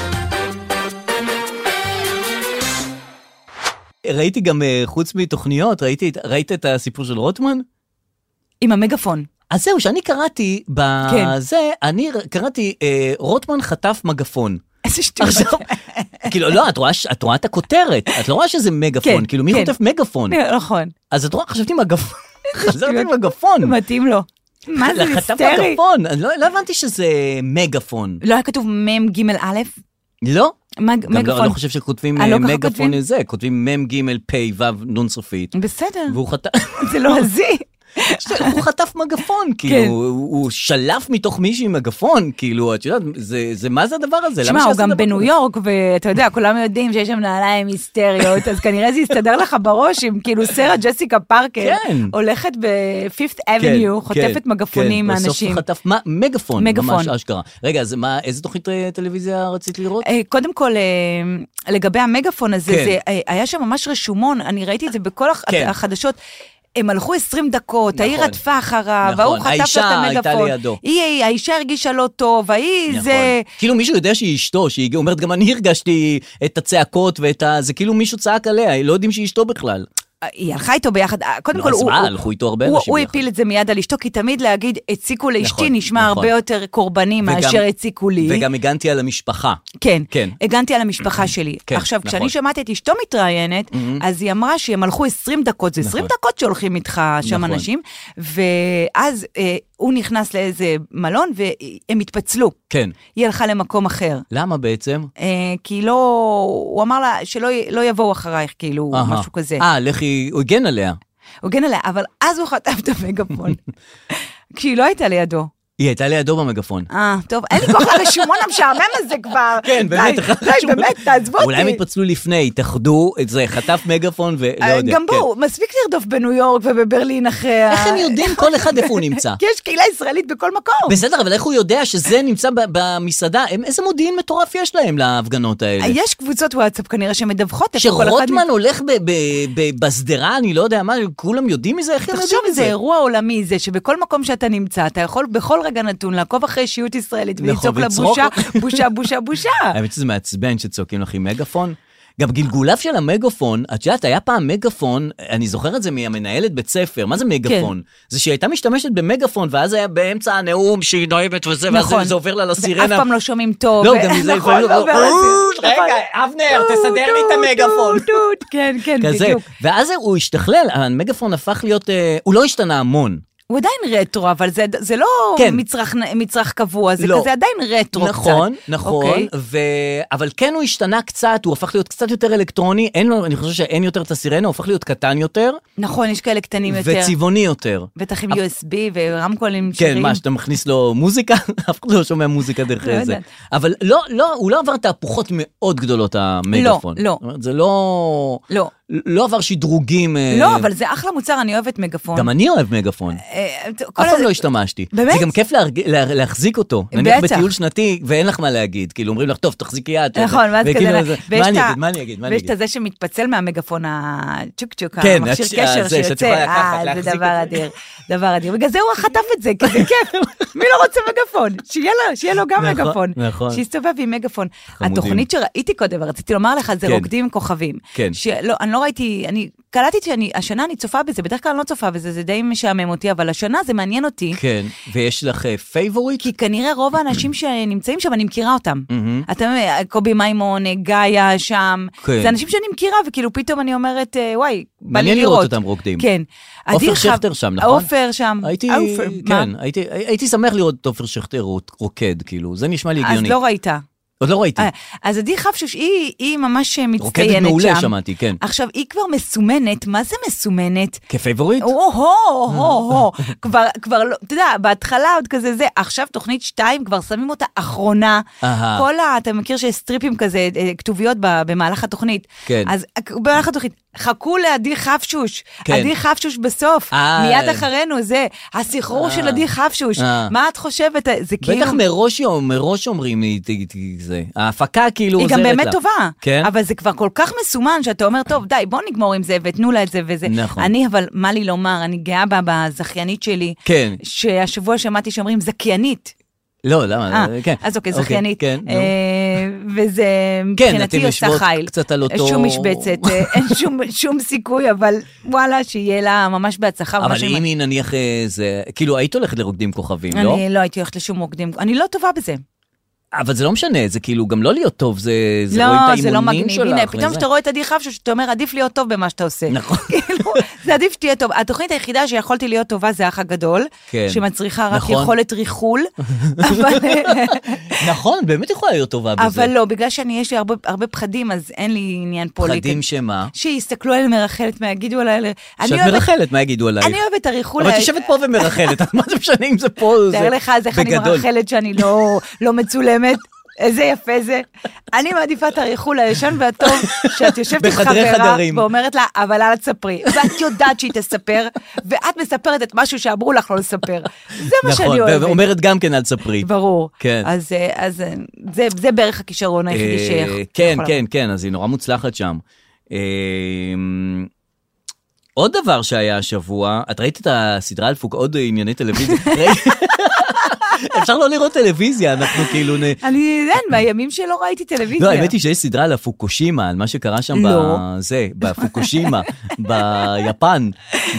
ראיתי גם, חוץ מתוכניות, ראית את הסיפור של רוטמן? עם המגפון. אז זהו, שאני קראתי בזה, אני קראתי, רוטמן חטף מגפון. איזה שטויות. כאילו, לא, את רואה את הכותרת, את לא רואה שזה מגפון, כאילו, מי חוטף מגפון? נכון. אז את רואה, חשבתי מגפון, חזרתי מגפון. מתאים לו. מה זה היסטרי? חטף מגפון, לא הבנתי שזה מגפון. לא היה כתוב מם ג' א'? לא. מגפון. גם לא חושב שכותבים מגפון לזה, כותבים מם ג' פ' ו' נון סופית. בסדר. והוא חטף. זה לא הזי. הוא חטף מגפון, כאילו, הוא שלף מתוך מישהי מגפון, כאילו, את יודעת, מה זה הדבר הזה? תשמע, הוא גם בניו יורק, ואתה יודע, כולם יודעים שיש שם נעליים היסטריות, אז כנראה זה יסתדר לך בראש, עם כאילו סרט ג'סיקה פארקר, הולכת ב-Fifth Avenue, חוטפת מגפונים מאנשים. בסוף חטף מגפון, ממש אשכרה. רגע, אז איזה תוכנית טלוויזיה רצית לראות? קודם כל, לגבי המגפון הזה, זה היה שם ממש רשומון, אני ראיתי את זה בכל החדשות, הם הלכו 20 דקות, העיר עטפה אחריו, והוא חטף את המגפון. האישה הייתה לידו. האישה הרגישה לא טוב, זה... כאילו מישהו יודע שהיא אשתו, שהיא אומרת, גם אני הרגשתי את הצעקות זה כאילו מישהו צעק עליה, לא יודעים שהיא אשתו בכלל. היא הלכה איתו ביחד, קודם כל, הלכו איתו הרבה אנשים הוא הפיל את זה מיד על אשתו, כי תמיד להגיד, הציקו לאשתי נשמע הרבה יותר קורבני מאשר הציקו לי. וגם הגנתי על המשפחה. כן, הגנתי על המשפחה שלי. עכשיו, כשאני שמעתי את אשתו מתראיינת, אז היא אמרה שהם הלכו 20 דקות, זה 20 דקות שהולכים איתך שם אנשים, ואז הוא נכנס לאיזה מלון, והם התפצלו. כן. היא הלכה למקום אחר. למה בעצם? כי לא, הוא אמר לה שלא יבואו אחרייך, כאילו, משהו כזה. לכי, הוא הגן עליה. הוא הגן עליה, אבל אז הוא חטף את המגפון. כשהיא לא הייתה לידו. היא הייתה לידו במגפון. טוב, אין לי כוח לרשומון המשעמם הזה כבר. כן, באמת. די, באמת, תעזבו אותי. אולי הם התפצלו לפני, התאחדו את זה, חטף מגפון ולא יודע. גם בואו, מספיק לרדוף בניו יורק ובברלין אחרי... איך הם יודעים כל אחד איפה הוא נמצא? כי יש קהילה ישראלית בכל מקום. בסדר, אבל איך הוא יודע שזה נמצא במסעדה? איזה מודיעין מטורף יש להם להפגנות האלה? יש קבוצות וואטסאפ כנראה שמדווחות. שרוטמן הולך בסדרה, אני לא יודע מה, כולם יודעים מזה, איך הם יודעים מזה? זה אירוע עולמי, זה שבכל מקום שאתה נמצא, אתה יכול בכל רגע נתון לעקוב אחרי אישיות ישראלית ולצעוק לה בושה, בושה, בושה, בושה. האמת שזה מעצבן שצועקים לך עם מגפון. גם גלגוליו של המגפון, את יודעת, היה פעם מגפון, אני זוכר את זה מהמנהלת בית ספר, מה זה מגפון? זה שהיא הייתה משתמשת במגפון, ואז היה באמצע הנאום שהיא נואמת וזה, ואז זה עובר לה לסירנה. ואף פעם לא שומעים טוב. לא, גם זה יכול להיות, רגע, אבנר, תסדר לי את המגפון. כן, כן, בדיוק. ואז הוא השתכלל, המגפון הפך להיות, הוא לא השתנה המון. הוא עדיין רטרו, אבל זה לא מצרך קבוע, זה כזה עדיין רטרו קצת. נכון, אבל כן הוא השתנה קצת, הוא הפך להיות קצת יותר אלקטרוני, אני חושב שאין יותר את הסירנה, הוא הפך להיות קטן יותר. נכון, יש כאלה קטנים יותר. וצבעוני יותר. בטח עם USB ורמקולים שירים. כן, מה, שאתה מכניס לו מוזיקה? אף אחד לא שומע מוזיקה דרך זה. אבל הוא לא עבר תהפוכות מאוד גדולות, המגפון. לא. זה לא עבר שדרוגים. לא, אבל זה אחלה מוצר, אני אוהבת מגפון. גם אני אוהב מגפון. אף פעם לא השתמשתי. באמת? זה גם כיף להחזיק אותו. נניח בטיול שנתי, ואין לך מה להגיד. כאילו, אומרים לך, טוב, תחזיקי יד. נכון, ואז כזה. מה אני אגיד? ויש את זה שמתפצל מהמגפון הצ'וק-צ'וק, המכשיר קשר שיוצא. זה דבר אדיר. דבר אדיר. בגלל זה הוא חטף את זה, כי זה כיף. מי לא רוצה מגפון? שיהיה לו גם מגפון. שיסתובב עם מגפון. התוכנית שראיתי קודם, ורציתי לומר לך, זה רוקדים עם כוכבים. אני לא ראיתי, אני קלטתי השנה אני צופה בזה, בדרך כלל אני לא צופה בזה, זה די משעמם אותי, אבל השנה זה מעניין אותי. כן, ויש לך פייבוריט? כי כנראה רוב האנשים שנמצאים שם, אני מכירה אותם. אתה אומר, קובי מימון, גאיה שם, זה אנשים שאני מכירה, וכאילו פתאום אני אומרת, וואי, בא לי לראות אותם רוקדים. כן. עופר שכטר שם, נכון? עופר שם. הייתי שמח לראות את עופר שכטר רוקד, כאילו, זה נשמע לי הגיוני. אז לא ראית. עוד לא ראיתי. אז עדי חפשוש, היא ממש מצטיינת שם. רוקדת מעולה, שמעתי, כן. עכשיו, היא כבר מסומנת, מה זה מסומנת? כפייבוריט? כבר לא, אתה יודע, בהתחלה עוד כזה זה, עכשיו תוכנית 2, כבר שמים אותה אחרונה. אתה מכיר שיש סטריפים כזה, כתוביות במהלך התוכנית. כן. אז במהלך התוכנית, חכו לעדי חפשוש. עדי חפשוש בסוף. מיד אחרינו, זה, הסחרור של עדי חפשוש. מה את חושבת? זה כאילו... בטח מראש אומרים לי, זה. ההפקה כאילו היא עוזרת גם לה. באמת טובה. כן? אבל זה כבר כל כך מסומן, שאתה אומר, טוב, די, בוא נגמור עם זה, ותנו לה את זה וזה. נכון. אני, אבל מה לי לומר, אני גאה בה בזכיינית שלי. כן. שהשבוע שמעתי שאומרים, זכיינית. לא, למה? כן. אז אוקיי, זכיינית. כן, וזה מבחינתי עושה חיל. קצת על אותו... שום משבצת, אין שום סיכוי, אבל וואלה, שיהיה לה ממש בהצלחה. אבל אם היא נניח זה... כאילו, היית הולכת לרוקדים כוכבים, לא? אני לא הייתי הולכת לשום רוקדים. אני לא טובה בזה. אבל זה לא משנה, זה כאילו גם לא להיות טוב, זה לא, רואים את זה לא האימונים מגניב. שלך. הנה, פתאום שאתה רואה את עדי חפשו, שאתה אומר, עדיף להיות טוב במה שאתה עושה. נכון. כאילו, זה עדיף שתהיה טוב. התוכנית היחידה שיכולתי להיות טובה זה האח הגדול, כן. שמצריכה רק נכון. יכולת ריחול. נכון, באמת יכולה להיות טובה בזה. אבל לא, בגלל יש לי הרבה פחדים, אז אין לי עניין פה. פחדים שמה? שיסתכלו עליי מרחלת, מה יגידו עליי. שאת מרחלת, מה יגידו עליי? אני אוהבת הריחול. אבל תשבת פה ומרחלת, מה זה משנה אם זה פה או זה? תאר לך, אז איך אני מרחלת שאני לא מצולמת. איזה יפה זה. אני מעדיפה את הריחול הישן והטוב, שאת יושבת עם חברה ואומרת לה, אבל אל תספרי. ואת יודעת שהיא תספר, ואת מספרת את משהו שאמרו לך לא לספר. זה מה שאני אוהבת. נכון, ואומרת גם כן אל תספרי. ברור. אז זה בערך הכישרון היחידי כן, כן, כן, אז היא נורא מוצלחת שם. עוד דבר שהיה השבוע, את ראית את הסדרה על עוד ענייני טלוויזיה? אפשר לא לראות טלוויזיה, אנחנו כאילו... אני יודעת, מהימים שלא ראיתי טלוויזיה. לא, האמת היא שיש סדרה על הפוקושימה, על מה שקרה שם בפוקושימה, ביפן,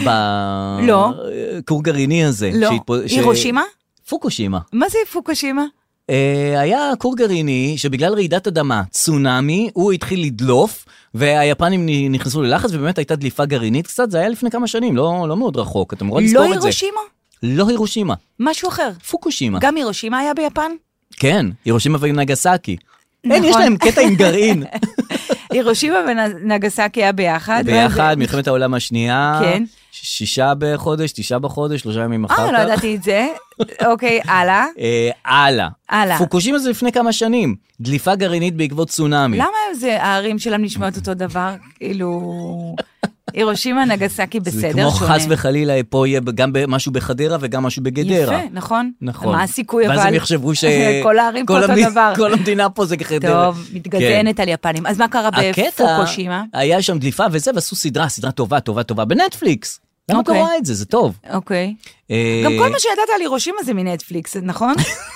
בכור גרעיני הזה. לא, הירושימה? פוקושימה. מה זה פוקושימה? היה כור גרעיני שבגלל רעידת אדמה, צונאמי, הוא התחיל לדלוף, והיפנים נכנסו ללחץ, ובאמת הייתה דליפה גרעינית קצת, זה היה לפני כמה שנים, לא מאוד רחוק, אתם רואים לזכור את זה. לא הירושימה? לא הירושימה. משהו אחר. פוקושימה. גם הירושימה היה ביפן? כן, הירושימה ונגסקי. אין, יש להם קטע עם גרעין. הירושימה ונגסקי היה ביחד. ביחד, מלחמת העולם השנייה. כן. 6 בחודש, 9 בחודש, 3 ימים אחר כך. לא ידעתי את זה. אוקיי, הלאה. הלאה. פוקושימה זה לפני כמה שנים. דליפה גרעינית בעקבות צונאמי. למה זה הערים שלהם נשמעות אותו דבר? כאילו... הירושימה, נגסקי בסדר, שונה. זה כמו חס וחלילה, פה יהיה גם משהו בחדרה וגם משהו בגדרה. יפה, נכון. נכון. מה הסיכוי אבל? ואז הם יחשבו כל הערים פה אותו דבר. כל המדינה פה זה חדרה. טוב, מתגזענת על יפנים. אז מה קרה בפוקושימה? היה שם דליפה וזה, ועשו סדרה טובה בנטפליקס. למה אתה רואה את זה? זה טוב. אוקיי. גם כל מה שידעת על הירושימה זה מנטפליקס, נכון?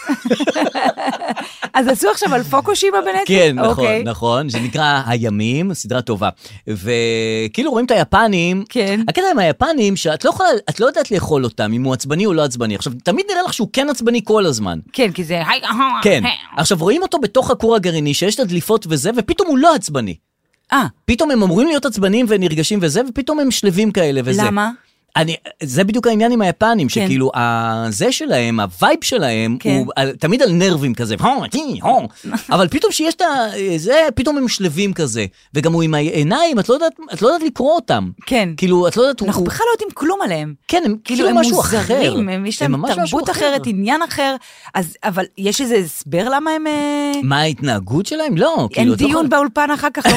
אז עשו עכשיו על פוקושימה בנטפליקס? כן, נכון. זה נקרא הימים, סדרה טובה. וכאילו רואים את היפנים, הקטע עם היפנים שאת לא יודעת לאכול אותם, אם הוא עצבני או לא עצבני. עכשיו, תמיד נראה לך שהוא כן עצבני כל הזמן. כן, כי זה... כן. עכשיו, רואים אותו בתוך הכור הגרעיני, שיש את הדליפות וזה, ופתאום הוא לא עצבני. פתאום הם אמורים להיות עצבנים ונרגשים וזה, ופתאום הם שלבים כאלה וזה. למה? זה בדיוק העניין עם היפנים, שכאילו, זה שלהם, הווייב שלהם, הוא תמיד על נרבים כזה, אבל פתאום שיש את זה, פתאום הם שלבים כזה, וגם הוא עם העיניים, את לא יודעת לקרוא אותם. כן. כאילו, את לא יודעת... אנחנו בכלל לא יודעים כלום עליהם. כן, הם כאילו משהו אחר. יש להם תרבות אחרת, עניין אחר, אבל יש איזה הסבר למה הם... מה ההתנהגות שלהם? לא. אין דיון באולפן אחר כך.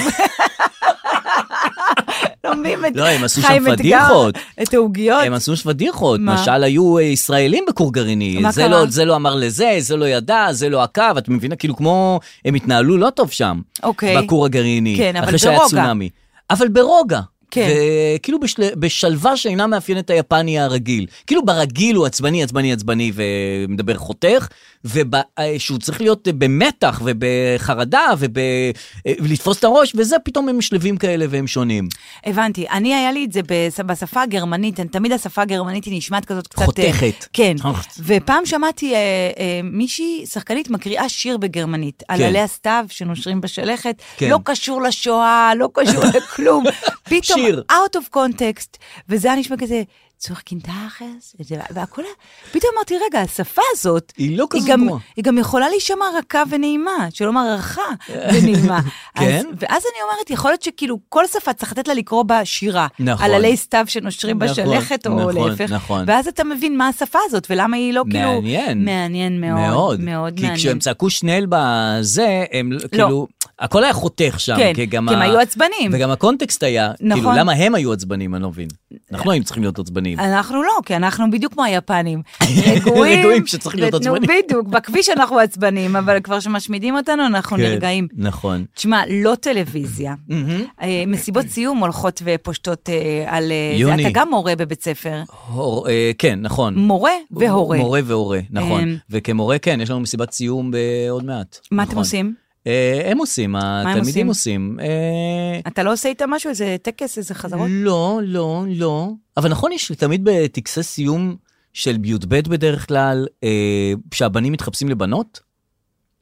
לא, הם עשו שם פדיחות. את העוגיות. הם עשו פדיחות. למשל, היו ישראלים בכור גרעיני. זה לא אמר לזה, זה לא ידע, זה לא עקב. את מבינה, כאילו כמו, הם התנהלו לא טוב שם. בכור הגרעיני. כן, אבל ברוגע. אבל ברוגע. וכאילו בשלווה שאינה מאפיינת היפני הרגיל. כאילו ברגיל הוא עצבני ומדבר חותך, ושהוא צריך להיות במתח ובחרדה ולתפוס את הראש, וזה פתאום הם שלבים כאלה והם שונים. הבנתי. היה לי את זה בשפה הגרמנית, תמיד השפה הגרמנית היא נשמעת כזאת קצת... חותכת. כן. ופעם שמעתי מישהי, שחקנית, מקריאה שיר בגרמנית, על עלי הסתיו שנושרים בשלכת, לא קשור לשואה, לא קשור לכלום. פתאום, out of context, וזה היה נשמע כזה... צורך קינטחס, והכל, פתאום אמרתי, רגע, השפה הזאת, היא לא כזו גרועה. היא גם יכולה להישמע רכה ונעימה, שלא אומר רכה ונעימה. כן? ואז אני אומרת, יכול להיות שכאילו כל שפה צריך לתת לה לקרוא בה שירה, על עלי סתיו שנושרים בשלכת או להפך, ואז אתה מבין מה השפה הזאת, ולמה היא לא כאילו... מעניין מאוד, מאוד כי כשהם צעקו שנל בזה, הם כאילו... הכל היה חותך שם, כי הם היו עצבנים. וגם הקונטקסט היה, כאילו, למה הם היו עצבנים, אני לא מבין. אנחנו היינו צריכים להיות עצבנים. אנחנו לא, כי אנחנו בדיוק כמו היפנים. רגועים שצריכים להיות עצבנים. בדיוק, בכביש אנחנו עצבנים, אבל כבר שמשמידים אותנו, אנחנו נרגעים. נכון. תשמע, לא טלוויזיה. מסיבות סיום הולכות ופושטות על... אתה גם מורה בבית ספר. כן, נכון. מורה והורה. מורה והורה, נכון. וכמורה, כן, יש לנו מסיבת סיום בעוד מעט. מה אתם עושים? הם עושים, התלמידים עושים. אתה לא עושה איתם משהו, איזה טקס, איזה חזרות? לא. אבל נכון, יש תמיד בטקסי סיום של י"ב בדרך כלל, שהבנים מתחפשים לבנות?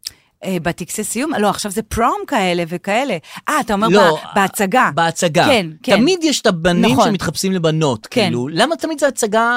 בטקסי סיום? לא, עכשיו זה פרום כאלה וכאלה. אתה אומר בהצגה. בהצגה. כן, כן. תמיד יש את הבנים שמתחפשים לבנות. כאילו, למה תמיד זה הצגה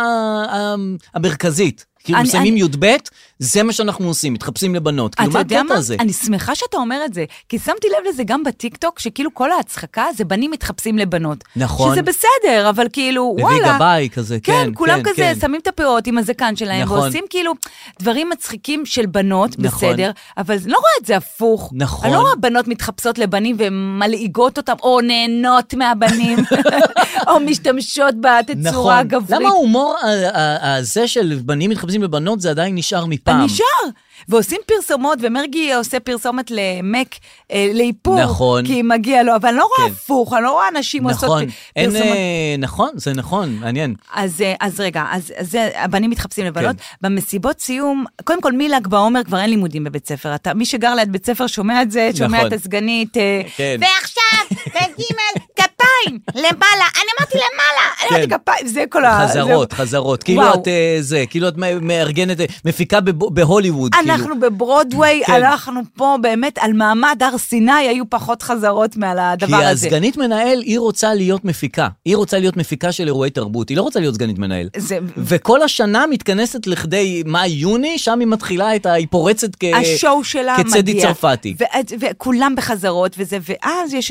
המרכזית? כאילו, מסיימים י"ב, זה מה שאנחנו עושים, מתחפשים לבנות. כאילו, מה הקטע הזה? אני שמחה שאתה אומר את זה, כי שמתי לב לזה גם בטיקטוק, שכאילו כל ההצחקה זה בנים מתחפשים לבנות. נכון. שזה בסדר, אבל כאילו, וואלה. מביא גבאי כזה, כן. כן, כולם כזה, שמים את הפאות עם הזקן שלהם, ועושים כאילו דברים מצחיקים של בנות, בסדר, אבל אני לא רואה את זה הפוך. נכון. אני לא רואה בנות מתחפשות לבנים ומלעיגות אותם, או נהנות מהבנים, או משתמשות בתצורה גברית. למה ההומור הזה של בנים מתחפשים לבנות זה עדיין נשאר מפעם. נשאר. ועושים פרסומות, ומרגי עושה פרסומת למק, לאיפור, נכון. כי מגיע לו, אבל אני לא רואה הפוך, אני לא רואה אנשים עושות פרסומות. נכון, זה נכון, מעניין. אז רגע, אז הבנים מתחפשים לבנות, במסיבות סיום, קודם כל מל"ג בעומר כבר אין לימודים בבית ספר, מי שגר ליד בית ספר שומע את זה, שומע את הסגנית, ועכשיו, בג' כפיים, למעלה, אני אמרתי למעלה, אני אמרתי כפיים, זה כל חזרות, כאילו את מארגנת, מפיקה בהוליווד, אנחנו בברודווי, הלכנו פה באמת על מעמד הר סיני, היו פחות חזרות מעל הדבר הזה. כי הסגנית מנהל, היא רוצה להיות מפיקה. היא רוצה להיות מפיקה של אירועי תרבות. היא לא רוצה להיות סגנית מנהל. וכל השנה מתכנסת לכדי מאי-יוני, שם היא מתחילה את היא פורצת השואו שלה כצדי צרפתי. וכולם בחזרות וזה, ואז יש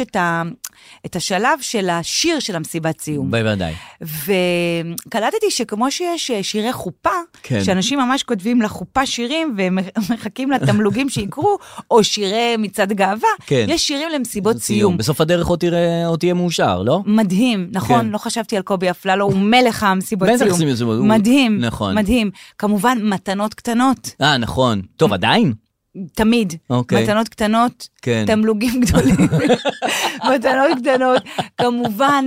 את השלב של השיר של המסיבת סיום. בוודאי. וקלטתי שכמו שיש שירי חופה, שאנשים ממש כותבים לחופה שירים, ומחכים לתמלוגים שיקרו, או שירי מצד גאווה, יש שירים למסיבות סיום. בסוף הדרך עוד תהיה מאושר, לא? מדהים, נכון, לא חשבתי על קובי אפללו, הוא מלך המסיבות סיום. מדהים, מדהים. כמובן, מתנות קטנות. נכון. טוב, עדיין? תמיד, מתנות קטנות, תמלוגים גדולים, מתנות קטנות, כמובן,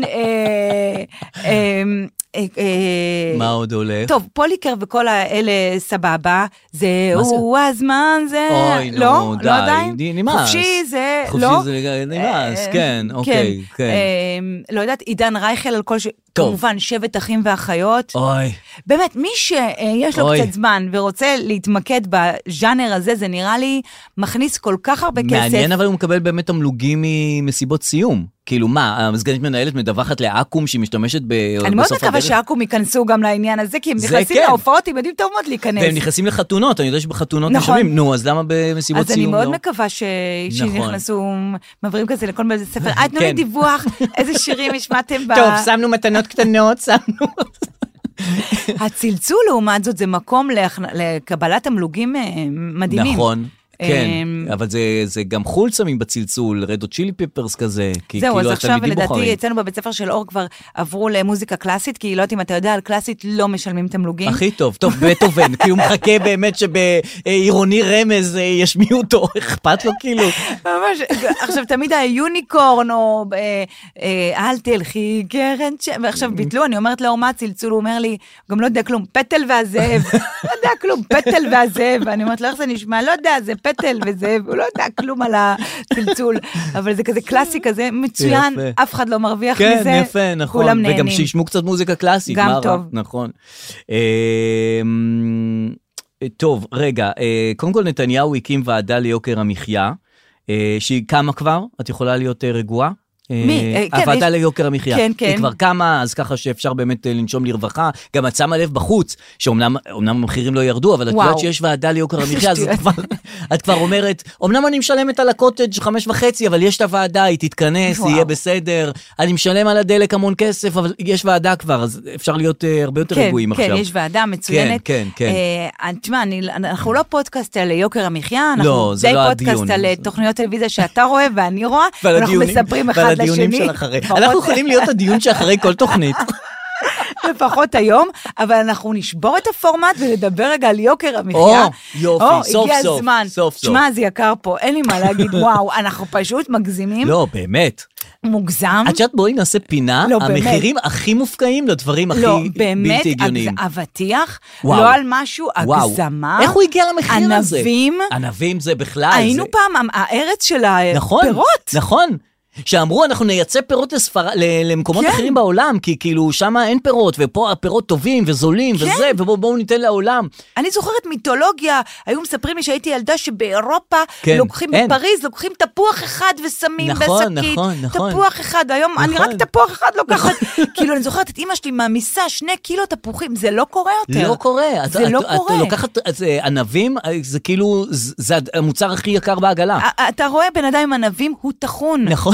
מה עוד הולך? טוב, פוליקר וכל האלה סבבה, זהו הזמן, זה, לא, לא עדיין, חופשי זה, לא, חופשי זה נמאס, כן, אוקיי, כן. לא יודעת, עידן רייכל על כל כמובן שבט אחים ואחיות, באמת, מי שיש לו קצת זמן ורוצה להתמקד בז'אנר הזה, זה נראה לי מכניס כל כך הרבה כסף. מעניין, אבל הוא מקבל באמת תמלוגים ממסיבות סיום. כאילו מה, הסגנית מנהלת מדווחת לאקום שהיא משתמשת בסוף הדרך? אני מאוד מקווה שאקום ייכנסו גם לעניין הזה, כי הם נכנסים להופעות, הם יודעים טוב מאוד להיכנס. והם נכנסים לחתונות, אני יודע שבחתונות משלמים, נו, אז למה במסיבות סיום לא? אז אני מאוד מקווה שנכנסו, מעברים כזה לכל בית ספר. תנו לי דיווח, איזה שירים השמעתם טוב, שמנו מתנות קטנות, שמנו... הצלצול לעומת זאת זה מקום לקבלת תמלוגים מדהימים. נכון. כן, אבל זה גם חולצמים בצלצול, רדו צ'ילי פיפרס כזה, זהו, אז עכשיו לדעתי אצלנו בבית ספר של אור כבר עברו למוזיקה קלאסית, כי לא יודעת אם אתה יודע, על קלאסית לא משלמים תמלוגים. הכי טוב, בטהובן, כי הוא מחכה באמת שבעירוני רמז ישמיעו אותו, אכפת לו כאילו. ממש, עכשיו תמיד היוניקורן, או אל תלכי קרן, ועכשיו ביטלו, אני אומרת לאור מה הצלצול, הוא אומר לי, גם לא יודע כלום, פטל והזאב, לא יודע כלום, פטל והזאב, ואני אומרת לו, איך זה נשמע? לא יודע, זה פטל וזה, הוא לא יודע כלום על הצלצול, אבל זה כזה קלאסי כזה מצוין, אף אחד לא מרוויח מזה, כן, יפה, נכון, כולם נהנים. וגם שישמו קצת מוזיקה קלאסית, גם טוב. נכון. טוב, רגע, קודם כל נתניהו הקים ועדה ליוקר המחיה, שהיא קמה כבר, את יכולה להיות רגועה? הוועדה ליוקר המחיה. היא כבר קמה, אז ככה שאפשר באמת לנשום לרווחה. גם את שמה לב בחוץ, שאומנם המחירים לא ירדו, אבל את יודעת שיש ועדה ליוקר המחיה, אז את כבר אומרת, אומנם אני משלמת על הקוטג' 5.5, אבל יש את הוועדה, היא תתכנס, יהיה בסדר, אני משלם על הדלק המון כסף, אבל יש ועדה כבר, אז אפשר להיות הרבה יותר רגועים עכשיו. כן, יש ועדה מצוינת. כן. תשמע, אנחנו לא פודקאסט על יוקר המחיה, אנחנו די פודקאסט על תוכניות טלוויזיה שאתה רואה ואני רואה, ואנחנו מספרים אחד לשני. אנחנו יכולים להיות הדיון שאחרי כל תוכנית. לפחות היום, אבל אנחנו נשבור את הפורמט ולדבר רגע על יוקר המחיה. יופי, סוף הגיע הזמן. שמע, זה יקר פה, אין לי מה להגיד, וואו, אנחנו פשוט מגזימים. לא, באמת. מוגזם. עד שאת בואי נעשה פינה, המחירים הכי מופקעים לדברים הכי בלתי הגיוניים. לא, באמת, אבטיח, לא על משהו, הגזמה. איך הוא הגיע למחיר הזה? ענבים. ענבים זה בכלל. היינו פעם הארץ של הפירות. נכון. שאמרו, אנחנו נייצא פירות למקומות אחרים בעולם, כי כאילו שם אין פירות, ופה הפירות טובים וזולים וזה, ובואו ניתן לעולם. אני זוכרת מיתולוגיה, היו מספרים לי שהייתי ילדה שבאירופה לוקחים בפריז, לוקחים תפוח אחד ושמים בשקית, תפוח אחד, היום אני רק תפוח אחד לוקחת, כאילו אני זוכרת את אמא שלי מעמיסה 2 קילו תפוחים, זה לא קורה יותר. לא קורה, זה לא קורה. את לוקחת ענבים, זה כאילו, זה המוצר הכי יקר בעגלה. אתה רואה בן אדם עם ענבים, הוא תחון. נכון.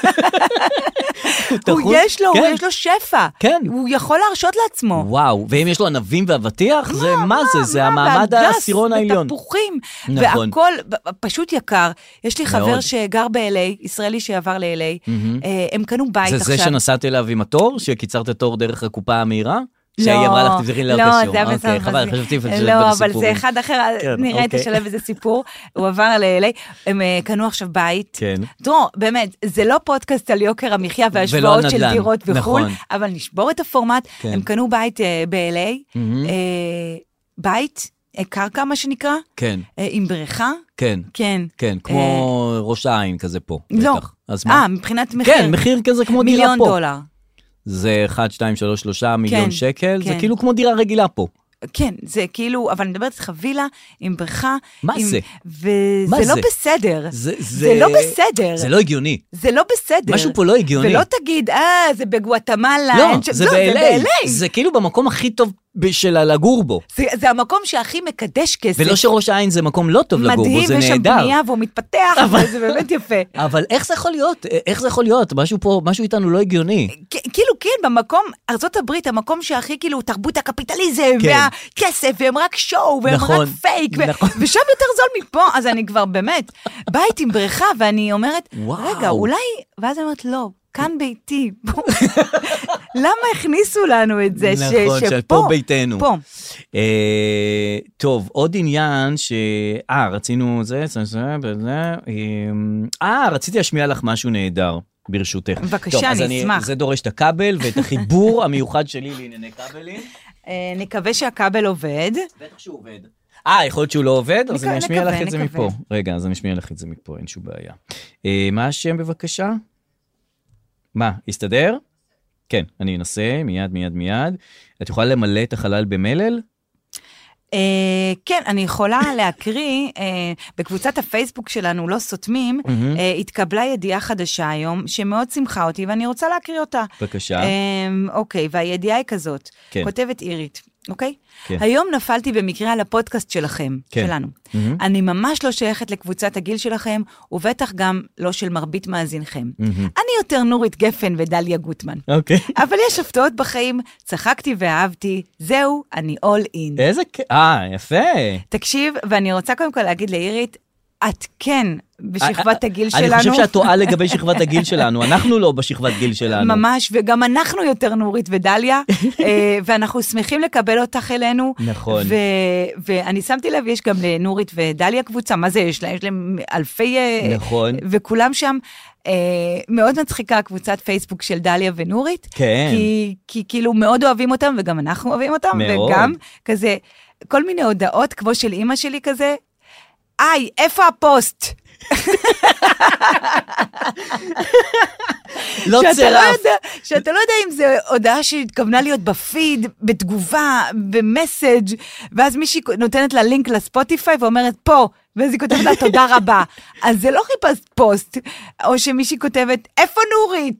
יש לו שפע. כן. הוא יכול להרשות לעצמו. וואו, ואם יש לו ענבים ואבטיח, זה מה זה? זה המעמד העשירון העליון. ותפוחים, והכל פשוט יקר. יש לי חבר שגר ב-LA, ישראלי שעבר ל-LA, הם קנו בית עכשיו. זה שנסעת אליו עם התור, שקיצרת התור דרך הקופה המהירה? שהיא אמרה לך, תבדחי לי להרבה שיעור. לא, זה חבל, חשבתי לשלב בסיפור. לא, אבל זה אחד אחר, נראה את השלב בזה סיפור. הוא עבר ל-LA, הם קנו עכשיו בית. כן. תראו, באמת, זה לא פודקאסט על יוקר המחיה והשוואות של דירות בחול, אבל נשבור את הפורמט. הם קנו בית ב-LA, בית, קרקע מה שנקרא. כן. עם בריכה. כן. כן. כן, כמו ראש העין כזה פה. לא. מבחינת מחיר. כן, מחיר כזה כמו דירה פה. $1,000,000. זה 1, 2, 3, 3 מיליון שקל, זה כאילו כמו דירה רגילה פה. כן, זה כאילו, אבל אני מדברת איתך וילה עם בריכה. מה זה? וזה לא בסדר. זה לא בסדר. זה לא הגיוני. זה לא בסדר. משהו פה לא הגיוני. ולא תגיד, זה בגואטמלה. לא, זה ב-LA. זה כאילו במקום הכי טוב של לגור בו. זה המקום שהכי מקדש כסף. ולא שראש העין זה מקום לא טוב לגור בו, זה נהדר. מדהים, ויש שם בנייה והוא מתפתח, אבל זה באמת יפה. אבל איך זה יכול להיות? איך זה יכול להיות? משהו איתנו לא הגיוני. כאילו, כן, במקום, ארצות הברית, המקום שהכי כאילו תרבות הקפיטליזם, והכסף, והם רק שואו, והם רק פייק, ושם יותר זול מפה, אז אני כבר באמת, בית עם בריכה, ואני אומרת, רגע, אולי, ואז אני אומרת, לא. כאן ביתי, למה הכניסו לנו את זה? נכון, שפה ביתנו. פה. טוב, עוד עניין רצינו רציתי להשמיע לך משהו נהדר, ברשותך. בבקשה, אני אשמח. זה דורש את הכבל ואת החיבור המיוחד שלי לענייני כבלים. נקווה שהכבל עובד. בטח שהוא עובד. יכול להיות שהוא לא עובד? אז אני אשמיע לך את זה מפה. רגע, אז אני אשמיע לך את זה מפה, אין שום בעיה. מה השם בבקשה? מה, הסתדר? כן, אני אנסה, מיד. את יכולה למלא את החלל במלל? כן, אני יכולה להקריא, בקבוצת הפייסבוק שלנו, לא סותמים, התקבלה ידיעה חדשה היום, שמאוד שמחה אותי, ואני רוצה להקריא אותה. בבקשה. אוקיי, והידיעה היא כזאת, כותבת אירית. אוקיי? כן. היום נפלתי במקרה על הפודקאסט שלכם, שלנו. אני ממש לא שייכת לקבוצת הגיל שלכם, ובטח גם לא של מרבית מאזינכם. אני יותר נורית גפן ודליה גוטמן. אוקיי. אבל יש הפתעות בחיים, צחקתי ואהבתי, זהו, אני all in. איזה, יפה. תקשיב, ואני רוצה קודם כל להגיד לאירית, את כן בשכבת הגיל שלנו. אני חושב שאת טועה לגבי שכבת הגיל שלנו, אנחנו לא בשכבת גיל שלנו. ממש, וגם אנחנו יותר נורית ודליה, ואנחנו שמחים לקבל אותך אלינו. נכון. ואני שמתי לב, יש גם לנורית ודליה קבוצה, מה זה יש להם? יש להם אלפי... נכון. וכולם שם... מאוד מצחיקה קבוצת פייסבוק של דליה ונורית. כן. כי כאילו מאוד אוהבים אותם, וגם אנחנו אוהבים אותם. מאוד. וגם כזה, כל מיני הודעות, כמו של אמא שלי כזה, איפה הפוסט? לא צירף. שאתה לא יודע אם זה הודעה שהתכוונה להיות בפיד, בתגובה, במסאג', ואז מישהי נותנת לה לינק לספוטיפיי ואומרת פה, ואז היא כותבת לה תודה רבה. אז זה לא חיפשת פוסט, או שמישהי כותבת, איפה נורית?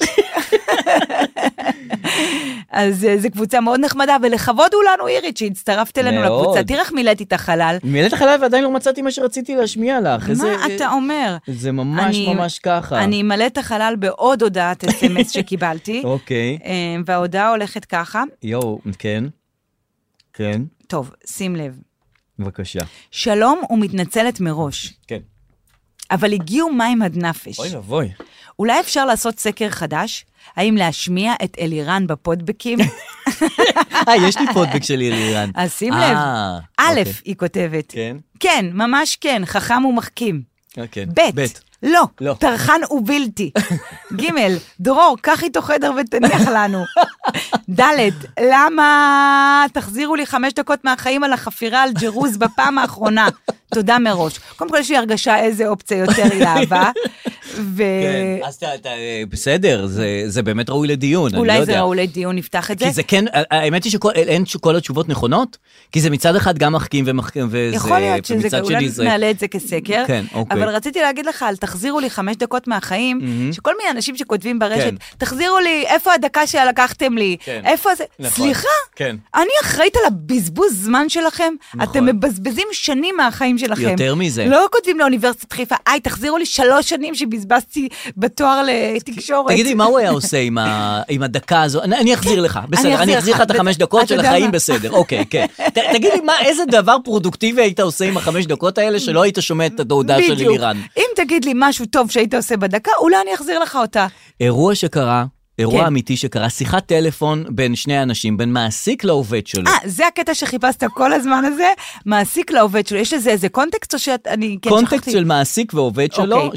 אז זו קבוצה מאוד נחמדה, ולכבוד הוא לנו אירית שהצטרפת אלינו לקבוצה. תראה איך מילאתי את החלל. מילאת החלל ועדיין לא מצאתי מה שרציתי להשמיע לך. מה אתה אומר? זה ממש ממש ככה. אני מלא את החלל בעוד הודעת SMS שקיבלתי. אוקיי. וההודעה הולכת ככה. כן. כן. טוב, שים לב. בבקשה. שלום ומתנצלת מראש. כן. אבל הגיעו מים עד נפש. אוי לבוי. אולי אפשר לעשות סקר חדש? האם להשמיע את אלירן בפודבקים? יש לי פודבק של אלירן. אז שים לב. א', היא כותבת. כן. כן, ממש כן, חכם ומחכים. כן. ב', לא, טרחן ובלתי. ג', דרור, קח איתו חדר ותניח לנו. ד', למה תחזירו לי 5 דקות מהחיים על החפירה על ג'רוז בפעם האחרונה? תודה מראש. קודם כל יש לי הרגשה איזה אופציה יותר היא אהבה. כן, אז בסדר, זה באמת ראוי לדיון, אני לא יודע. אולי זה ראוי לדיון, נפתח את זה. כי זה כן, האמת היא שאין כל התשובות נכונות, כי זה מצד אחד גם מחכים ומחכים, יכול להיות שזה, אולי נעלה את זה כסקר, אבל רציתי להגיד לך, תחזירו לי 5 דקות מהחיים, שכל מיני אנשים שכותבים ברשת, תחזירו לי, איפה הדקה שלקחתם לי? איפה זה? סליחה, אני אחראית על הבזבוז זמן שלכם, אתם מבזבזים שנים מהחיים שלכם. יותר מזה. לא כותבים לאוניברסיטת חיפה, תחזירו לי 3 שנים שבזבזתי בתואר לתקשורת. תגידי, מה הוא היה עושה עם הדקה הזו? אני אחזיר לך, בסדר, אני אחזיר לך את 5 דקות של החיים בסדר, אוקיי, כן. תגידי, איזה דבר פרודוקטיבי היית עושה עם 5 דקות האלה, שלא היית שומע את ההודעה של לירן? אם תגיד לי משהו טוב שהיית עושה בדקה, אולי אני אחזיר לך אותה. אירוע שקרה, אירוע אמיתי שקרה, שיחת טלפון בין שני אנשים, בין מעסיק לעובד שלו. זה הקטע שחיפשת כל הזמן הזה, מעסיק לעובד שלו. יש לזה איזה קונטקסט או שאני כן שכחתי? קונטקסט של מעסיק ועובד שלו,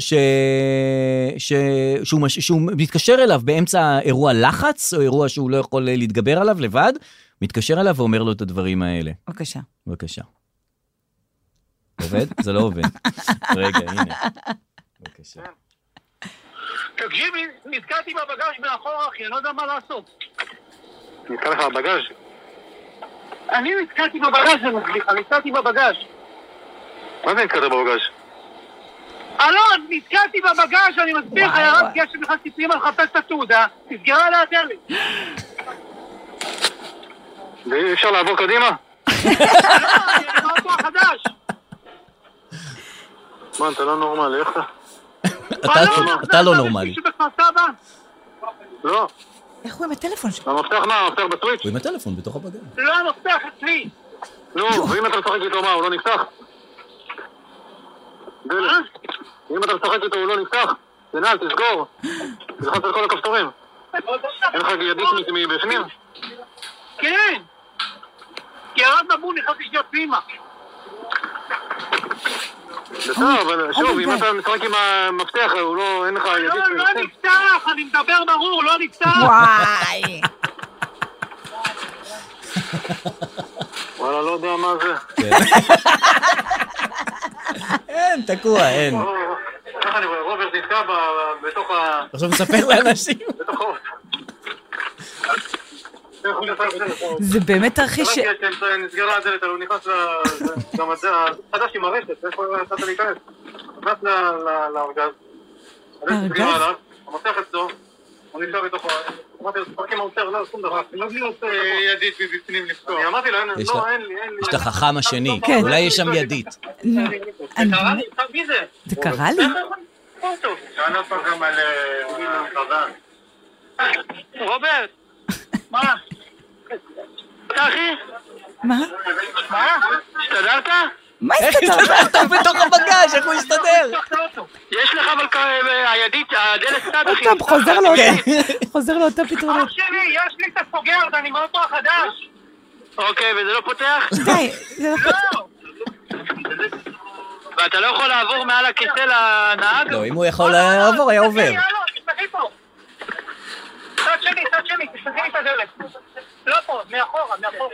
שהוא מתקשר אליו באמצע אירוע לחץ, או אירוע שהוא לא יכול להתגבר עליו לבד, מתקשר אליו ואומר לו את הדברים האלה. בבקשה. בבקשה. עובד? זה לא עובד. רגע, הנה. בבקשה. תקשיבי, נתקעתי בבגז' מאחורה, אחי, אני לא יודע מה לעשות. נתקע לך בבגז'? אני נתקעתי בבגז', נתקעתי בבגז'. מה זה נתקעת בבגז'? אלון, נתקעתי בבגז', אני מסביר לך, ירד גשם נכנסתי פנימה לחפש את התעודה, תסגרה לאתר לי. אפשר לעבור קדימה? לא, אני באוטו החדש. מה, אתה לא נורמלי, איך אתה? אתה לא נורמלי. לא. איך הוא עם הטלפון שלו? המפתח מה? המפתח בטוויץ'? הוא עם הטלפון בתוך הבגז'. לא, המפתח אצלי. נו, ואם אתה משחק איתו מה? הוא לא נפתח? אם אתה משחק איתו הוא לא נפתח? תנעל, תסגור. תלחץ את כל הכפתורים. אין לך ידית מבפנים? כן. כי ירד מבוא נכנסתי שנייה פנימה. בסדר, אבל שוב, אם אתה משחק עם המפתח, הוא לא, אין לך ידית. לא נפתח, אני מדבר ברור, לא נפתח. וואי. וואלה, לא יודע מה זה. אין, תקוע, אין. איך אני רואה, רוברט נתקע בתוך ה... עכשיו מספר לאנשים. בתוך האות. זה באמת תרחיש... נסגרה הדלת, הוא נכנס גם חדש עם הרשת, איפה נתת להיכנס? נכנס לארגז. הארגז? המפתח אצלו, הוא נשאר בתוך ה... אמרתי לו, תפרקים האוצר, לא, שום דבר. לא ידית מבפנים לפתוח. אני אמרתי לו, אין לי. יש את החכם השני, אולי יש שם ידית. זה קרה לי, מי זה? זה קרה לי? שענה פה גם על... רוברט! מה? אתה אחי? מה? השתדרת? מה הסתדרת? אתה בתוך הבגז', איך הוא הסתדר? יש לך אבל הידית, הדלת צד אחי. אתה חוזר לאותה פתרונות. אח שלי, יש לי את הסוגר, אני מאוטו החדש. אוקיי, וזה לא פותח? די, זה לא פותח. ואתה לא יכול לעבור מעל הכיסא לנהג? לא, אם הוא יכול לעבור, היה עובר. תפתחי פה. צד שני, תפתחי את הדלת. לא פה, מאחורה.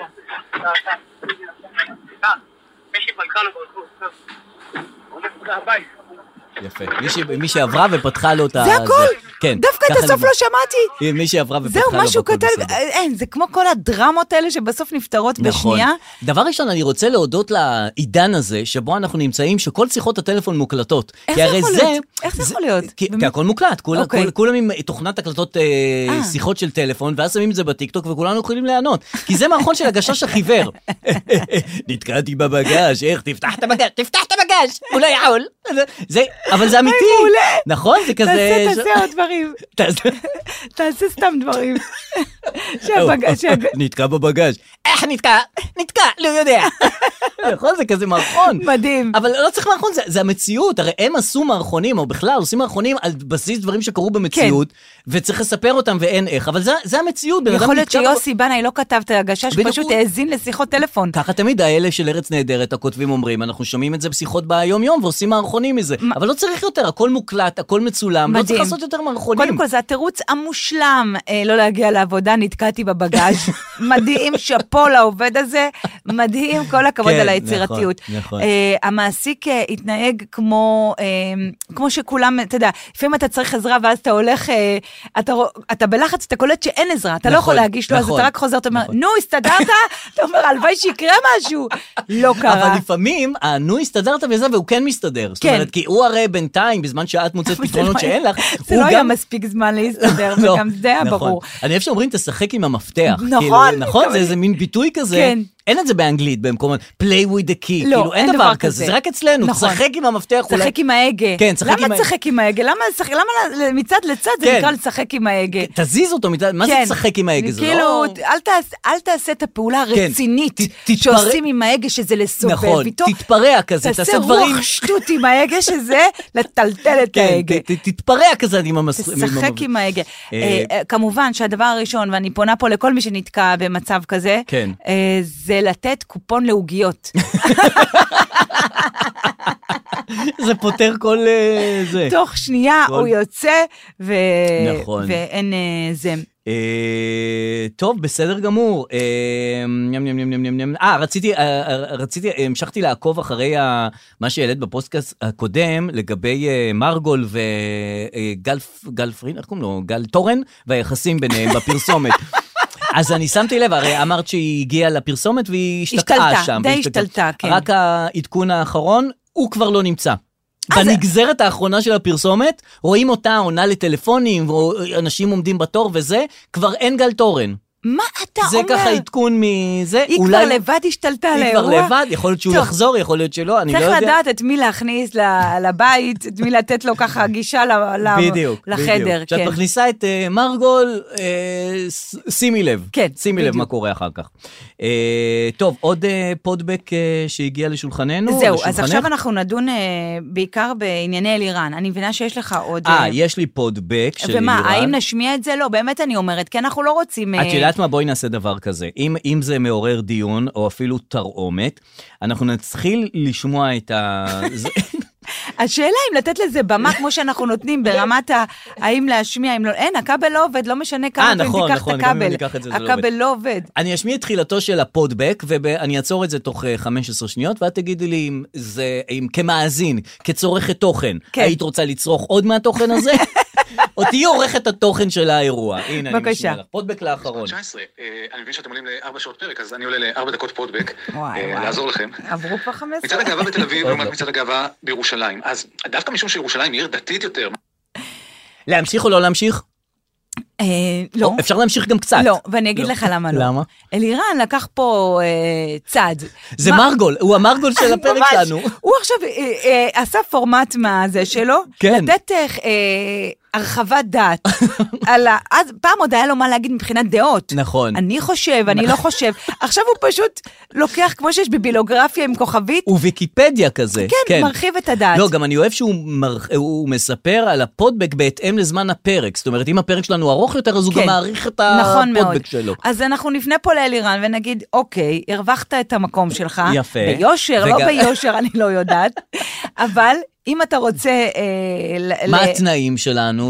מישהי פתחה לו ברחוב. יפה. מי שעברה ופתחה לו את ה... זה הכל? דווקא את הסוף לא שמעתי. מי שעברה ופתחה לו. זהו, משהו קטן, אין, זה כמו כל הדרמות האלה שבסוף נפתרות בשנייה. דבר ראשון, אני רוצה להודות לעידן הזה, שבו אנחנו נמצאים, שכל שיחות הטלפון מוקלטות. איך זה יכול להיות? איך זה יכול להיות? כי הכל מוקלט, כולם עם תוכנת הקלטות שיחות של טלפון, ואז שמים את זה בטיקטוק, וכולנו יכולים לענות. כי זה מערכון של הגשש החיוור. נתקעתי בבגז', איך? תפתח את הבגז', הוא לא יעול. אבל זה אמיתי. נכון? זה כזה... תעשה עוד דברים. תעשה סתם דברים. נתקע בבגז'. איך נתקע, לא יודע. נכון, זה כזה מערכון. מדהים. אבל לא צריך מערכון, זה המציאות. הרי הם עשו מערכונים, או בכלל עושים מערכונים על בסיס דברים שקרו במציאות, וצריך לספר אותם ואין איך, אבל זה המציאות. יכול להיות שיוסי בנאי לא כתב את הגשש, פשוט האזין לשיחות טלפון. ככה תמיד האלה של ארץ נהדרת, הכותבים אומרים, אנחנו שומעים את זה בשיחות ביום יום, ועושים מערכונים מזה. אבל לא צריך יותר, הכל מוקלט, הכל מצולם, לא צריך לעשות יותר מערכונים. קודם כל, זה התירוץ המושלם לא להגיע לעבודה, נתקעתי בבגאז'. מדהים, שפו לעובד הזה, מדהים, כל הכבוד על היצירתיות. נכון. המעסיק התנהג כמו שכולם, אתה יודע, לפעמים אתה צריך עזרה, ואז אתה הולך, אתה בלחץ, אתה קולט שאין עזרה, אתה לא יכול להגיש לו, אז אתה רק חוזר, אתה אומר, נו, הסתדרת? אתה אומר, הלוואי שיקרה משהו. לא קרה. אבל לפעמים, נו, הסתדרת וזה, והוא כן מסתדר. זאת אומרת, כי הוא הרי בינתיים, בזמן שאת מוצאת פתרונות שאין לך, זה לא היה מספיק זמן להסתדר, וגם זה היה ברור. אני אוהב שאומרים, תשחק עם המפתח. נכון. זה איזה מין ביטוי כזה. אין את זה באנגלית, במקומות, play with the key, כאילו אין דבר כזה, זה רק אצלנו, תשחק עם המפתח. תשחק עם ההגה. כן, תשחק עם ההגה. למה תשחק עם ההגה? למה מצד לצד זה נקרא לשחק עם ההגה? תזיז אותו, מה זה תשחק עם ההגה? כאילו, אל תעשה את הפעולה הרצינית שעושים עם ההגה שזה לסובב. נכון, תתפרע כזה, תעשה דברים. תעשה רוח שטות עם ההגה שזה לטלטל את ההגה. תתפרע כזה עם המפתח. תשחק עם ההגה. כמובן שהדבר הראשון, ואני פונה פה לכל מי שנתקע במצב כזה, זה לתת קופון לעוגיות. זה פותר כל זה. תוך שנייה הוא יוצא ואין זה. טוב, בסדר גמור. רציתי, המשכתי לעקוב אחרי מה שהעלית בפודקאסט הקודם, לגבי מרגול וגל פרין, איך קוראים לו? גל תורן, והיחסים ביניהם בפרסומת. אז אני שמתי לב, הרי אמרת שהיא הגיעה לפרסומת והיא השתקעה שם. די השתלטה, כן. רק העדכון האחרון, הוא כבר לא נמצא. בנגזרת האחרונה של הפרסומת, רואים אותה עונה לטלפונים, אנשים עומדים בתור וזה, כבר אין גל תורן. מה אתה אומר? זה ככה עדכון מזה. היא כבר לבד השתלטה לאירוע? היא כבר לבד, יכול להיות שהוא יחזור, יכול להיות שלא, אני לא יודע. צריך לדעת את מי להכניס לבית, את מי לתת לו ככה גישה לחדר. כשאת מכניסה את מרגול, שימי לב. כן. שימי לב מה קורה אחר כך. טוב, עוד פודבק שהגיע לשולחננו. זהו, אז עכשיו אנחנו נדון בעיקר בענייני אלירן. אני מבינה שיש לך עוד... יש לי פודבק של אלירן. ומה, האם נשמיע את זה? לא, באמת אני אומרת, כי אנחנו לא רוצים... את יודעת מה, בואי נעשה דבר כזה. אם זה מעורר דיון, או אפילו תרעומת, אנחנו נתחיל לשמוע את ה... השאלה אם לתת לזה במה כמו שאנחנו נותנים ברמת האם להשמיע, אם לא, אין, הכבל לא עובד, לא משנה כמה פעמים תיקח את הכבל. הכבל לא עובד. אני אשמיע את תחילתו של הפודבק, ואני אעצור את זה תוך 15 שניות, ואת תגידי לי אם כמאזין, כצורכת תוכן, היית רוצה לצרוך עוד מהתוכן הזה? או תהיי עורכת התוכן של האירוע. הנה, אני משמיע לך. פודבק לאחרון. 19, אני מבין שאתם עולים ל4 שעות פרק, אז אני עולה ל4 דקות פודבק, לעזור לכם. עברו כבר 15. מצד הגאווה בתל אביב, לעומת מצד הגאווה בירושלים. אז דווקא משום שירושלים היא עיר דתית יותר. להמשיך או לא להמשיך? לא. אפשר להמשיך גם קצת. לא, ואני אגיד לך למה לא. למה? אלירן לקח פה צד. זה מרגול, הוא המרגול של הפרק שלנו. הוא עכשיו עשה פורמט מהזה שלו, לתת הרחבת דעת. אז פעם עוד היה לו מה להגיד מבחינת דעות. נכון. אני חושב, אני לא חושב. עכשיו הוא פשוט לוקח, כמו שיש בביבליוגרפיה עם כוכבית. וויקיפדיה כזה. כן, מרחיב את הדעת. לא, גם אני אוהב שהוא מספר על הפודבק בהתאם לזמן הפרק. זאת אומרת, אם הפרק שלנו ארוך יותר, אז הוא גם מעריך את הפודבק שלו. אז אנחנו נפנה פה לאלירן ונגיד, אוקיי, הרווחת את המקום שלך. יפה. ביושר, לא ביושר, אני לא יודעת. אבל אם אתה רוצה... מה התנאים שלנו?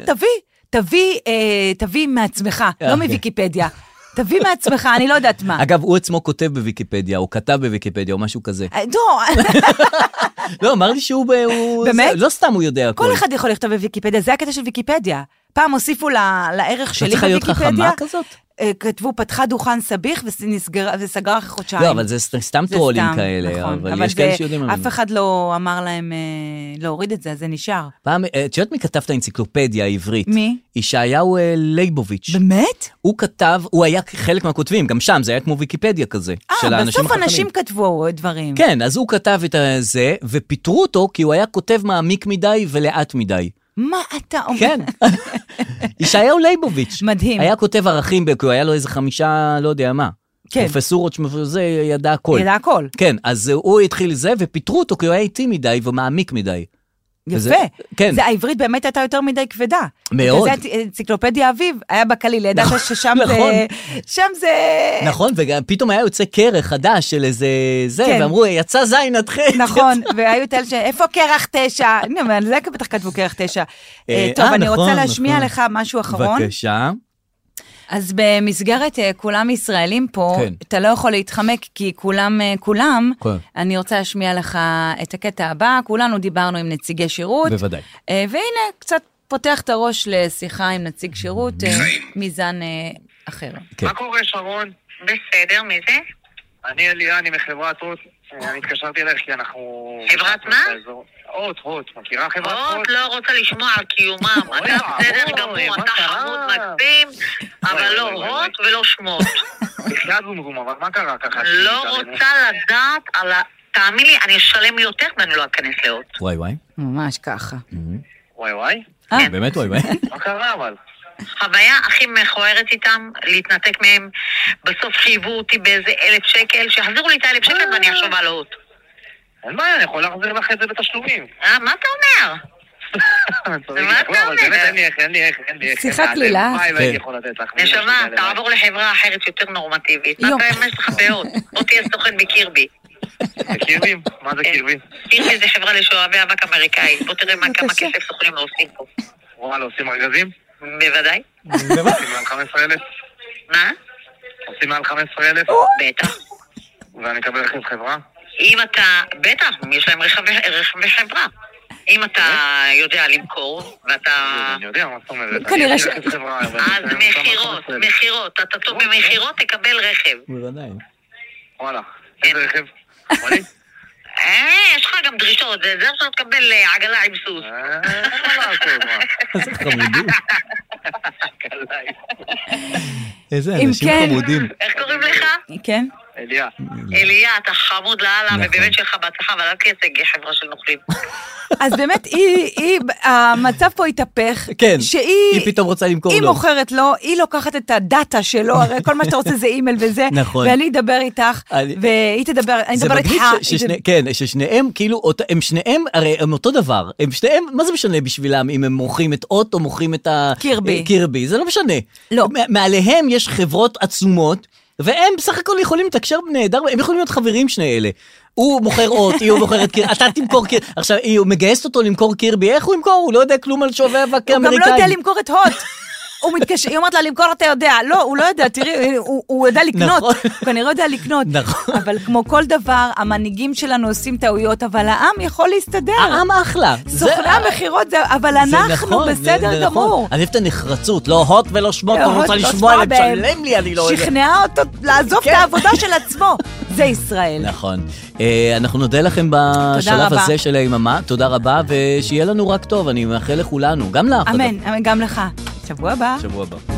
תביא מעצמך, לא מוויקיפדיה. תביא מעצמך, אני לא יודעת מה. אגב, הוא עצמו כותב בוויקיפדיה, הוא כתב בוויקיפדיה, או משהו כזה. לא, אמר לי שהוא... באמת? לא סתם הוא יודע הכל. כל אחד יכול לכתוב בוויקיפדיה, זה הקטע של ויקיפדיה. פעם הוסיפו לערך שלי בוויקיפדיה. צריכה להיות חכמה כזאת? כתבו, פתחה דוכן סביך וסגרה אחרי חודשיים. לא, אבל זה סתם טרולים כאלה, אבל יש כאלה שיודעים. אף אחד לא אמר להם להוריד את זה, זה נשאר. פעם, את יודעת מי כתב את האנציקלופדיה העברית? מי? ישעיהו ליבוביץ'. באמת? הוא כתב, הוא היה חלק מהכותבים, גם שם, זה היה כמו ויקיפדיה כזה. בסוף אנשים כתבו דברים. כן, אז הוא כתב את זה, ופיטרו אותו, כי הוא היה כותב מעמיק מדי ולאט מדי. מה אתה אומר? כן. ישעיהו ליבוביץ'. מדהים. היה כותב ערכים, כי הוא היה לו איזה 5, לא יודע מה. כן. פרופסורות, זה ידע הכל. ידע הכל. כן, אז הוא התחיל זה, ופיטרו אותו, כי הוא היה איטי מדי ומעמיק מדי. יפה. כן. זה העברית באמת הייתה יותר מדי כבדה. מאוד. כזה אנציקלופדיה אביב, היה בקליל, ידעת ששם זה... שם זה... נכון, ופתאום היה יוצא קרח חדש של איזה זה, ואמרו, יצא זין עד חטא. נכון, והיו תל איפה קרח 9? אני אומר, זה בטח כתבו קרח 9. טוב, אני רוצה להשמיע לך משהו אחרון. בבקשה. אז במסגרת כולם ישראלים פה, אתה לא יכול להתחמק, כי כולם, אני רוצה להשמיע לך את הקטע הבא, כולנו דיברנו עם נציגי שירות. בוודאי. והנה, קצת פותח את הראש לשיחה עם נציג שירות, מזן אחר. מה קורה, שרון? בסדר, מי זה? אני אליה, אני מחברת הוט. אני התקשרתי אליך כי אנחנו... חברת מה? הוט, מכירה חברת הוט? הוט לא רוצה לשמוע על קיומם. אתה בסדר גמור, אתה חמוד מקסים, אבל לא הוט ולא שמות. בכלל זומזום, אבל מה קרה ככה? לא רוצה לדעת על ה... תאמין לי, אני אשלם יותר ואני לא אכנס להוט. וואי. ממש ככה. וואי? באמת וואי. מה קרה אבל? חוויה הכי מכוערת איתם, להתנתק מהם, בסוף חייבו אותי באיזה 1,000 שקל, שיחזירו לי את 1,000 שקל ואני אחשוב על הוט. אין בעיה, אני יכול להחזיר לך את זה בתשלומים. מה אתה אומר? מה אתה אומר? אין לי איך. שיחה קלילה. נשמה, תעבור לחברה אחרת יותר נורמטיבית. מה יש לך בהוט? בוא תהיה סוכן בקירבי. קירבי? מה זה קירבי? קירבי זה חברה לשואבי אבק אמריקאי. בוא תראה כמה כסף סוכנים לא עושים פה. וואלה, עושים ארגזים? בוודאי. עושים מעל 15,000? מה? עושים מעל 15,000? בטח. ואני אקבל רכב חברה? אם אתה... בטח, יש להם רכבי חברה. אם אתה יודע למכור, ואתה... אני יודע, מה זאת אומרת? כנראה ש... אז מחירות. אתה טוב במחירות, תקבל רכב. בוודאי. וואלה, איזה רכב? חמודי? יש לך גם דרישות, זה אפשר לקבל עגלה עם סוס. איזה חמודים. איזה אנשים חמודים. איך קוראים לך? כן. אליה, אתה חמוד לאללה, ובאמת שלך בהצלחה, אבל אל תייצג חברה של נוכלים. אז באמת, המצב פה התהפך, שהיא פתאום רוצה למכור לו. היא מוכרת לו, היא לוקחת את הדאטה שלו, הרי כל מה שאתה רוצה זה אימייל וזה, ואני אדבר איתך, והיא תדבר, אני אדבר איתך. כן, ששניהם, כאילו, הם שניהם, הרי הם אותו דבר, הם שניהם, מה זה משנה בשבילם, אם הם מוכרים את אוט או מוכרים את קירבי, זה לא משנה. לא. מעליהם יש חברות עצומות, והם בסך הכל יכולים לתקשר נהדר, הם יכולים להיות חברים שני אלה. הוא מוכר אות, היא מוכרת קירבי, אתה תמכור קירבי. עכשיו, היא מגייסת אותו למכור קירבי, איך הוא ימכור? הוא לא יודע כלום על שואבי אבק אמריקאים. הוא גם לא יודע למכור את הוט. הוא מתקשר, היא אומרת לה למכור, אתה יודע. לא, הוא לא יודע, תראי, הוא יודע לקנות. הוא כנראה יודע לקנות. אבל כמו כל דבר, המנהיגים שלנו עושים טעויות, אבל העם יכול להסתדר. העם אחלה. סוכני המחירות, אבל אנחנו בסדר גמור. אני אוהב את הנחרצות, לא הוט ולא שמות, אני רוצה לשמוע להם, שלם לי, אני לא יודע. שכנעה אותו לעזוב את העבודה של עצמו. זה ישראל. נכון. אנחנו נודה לכם בשלב הזה של היממה. תודה רבה, ושיהיה לנו רק טוב. אני מאחל לכולנו, גם לך. אמן, גם לך. שבוע הבא. שבוע הבא.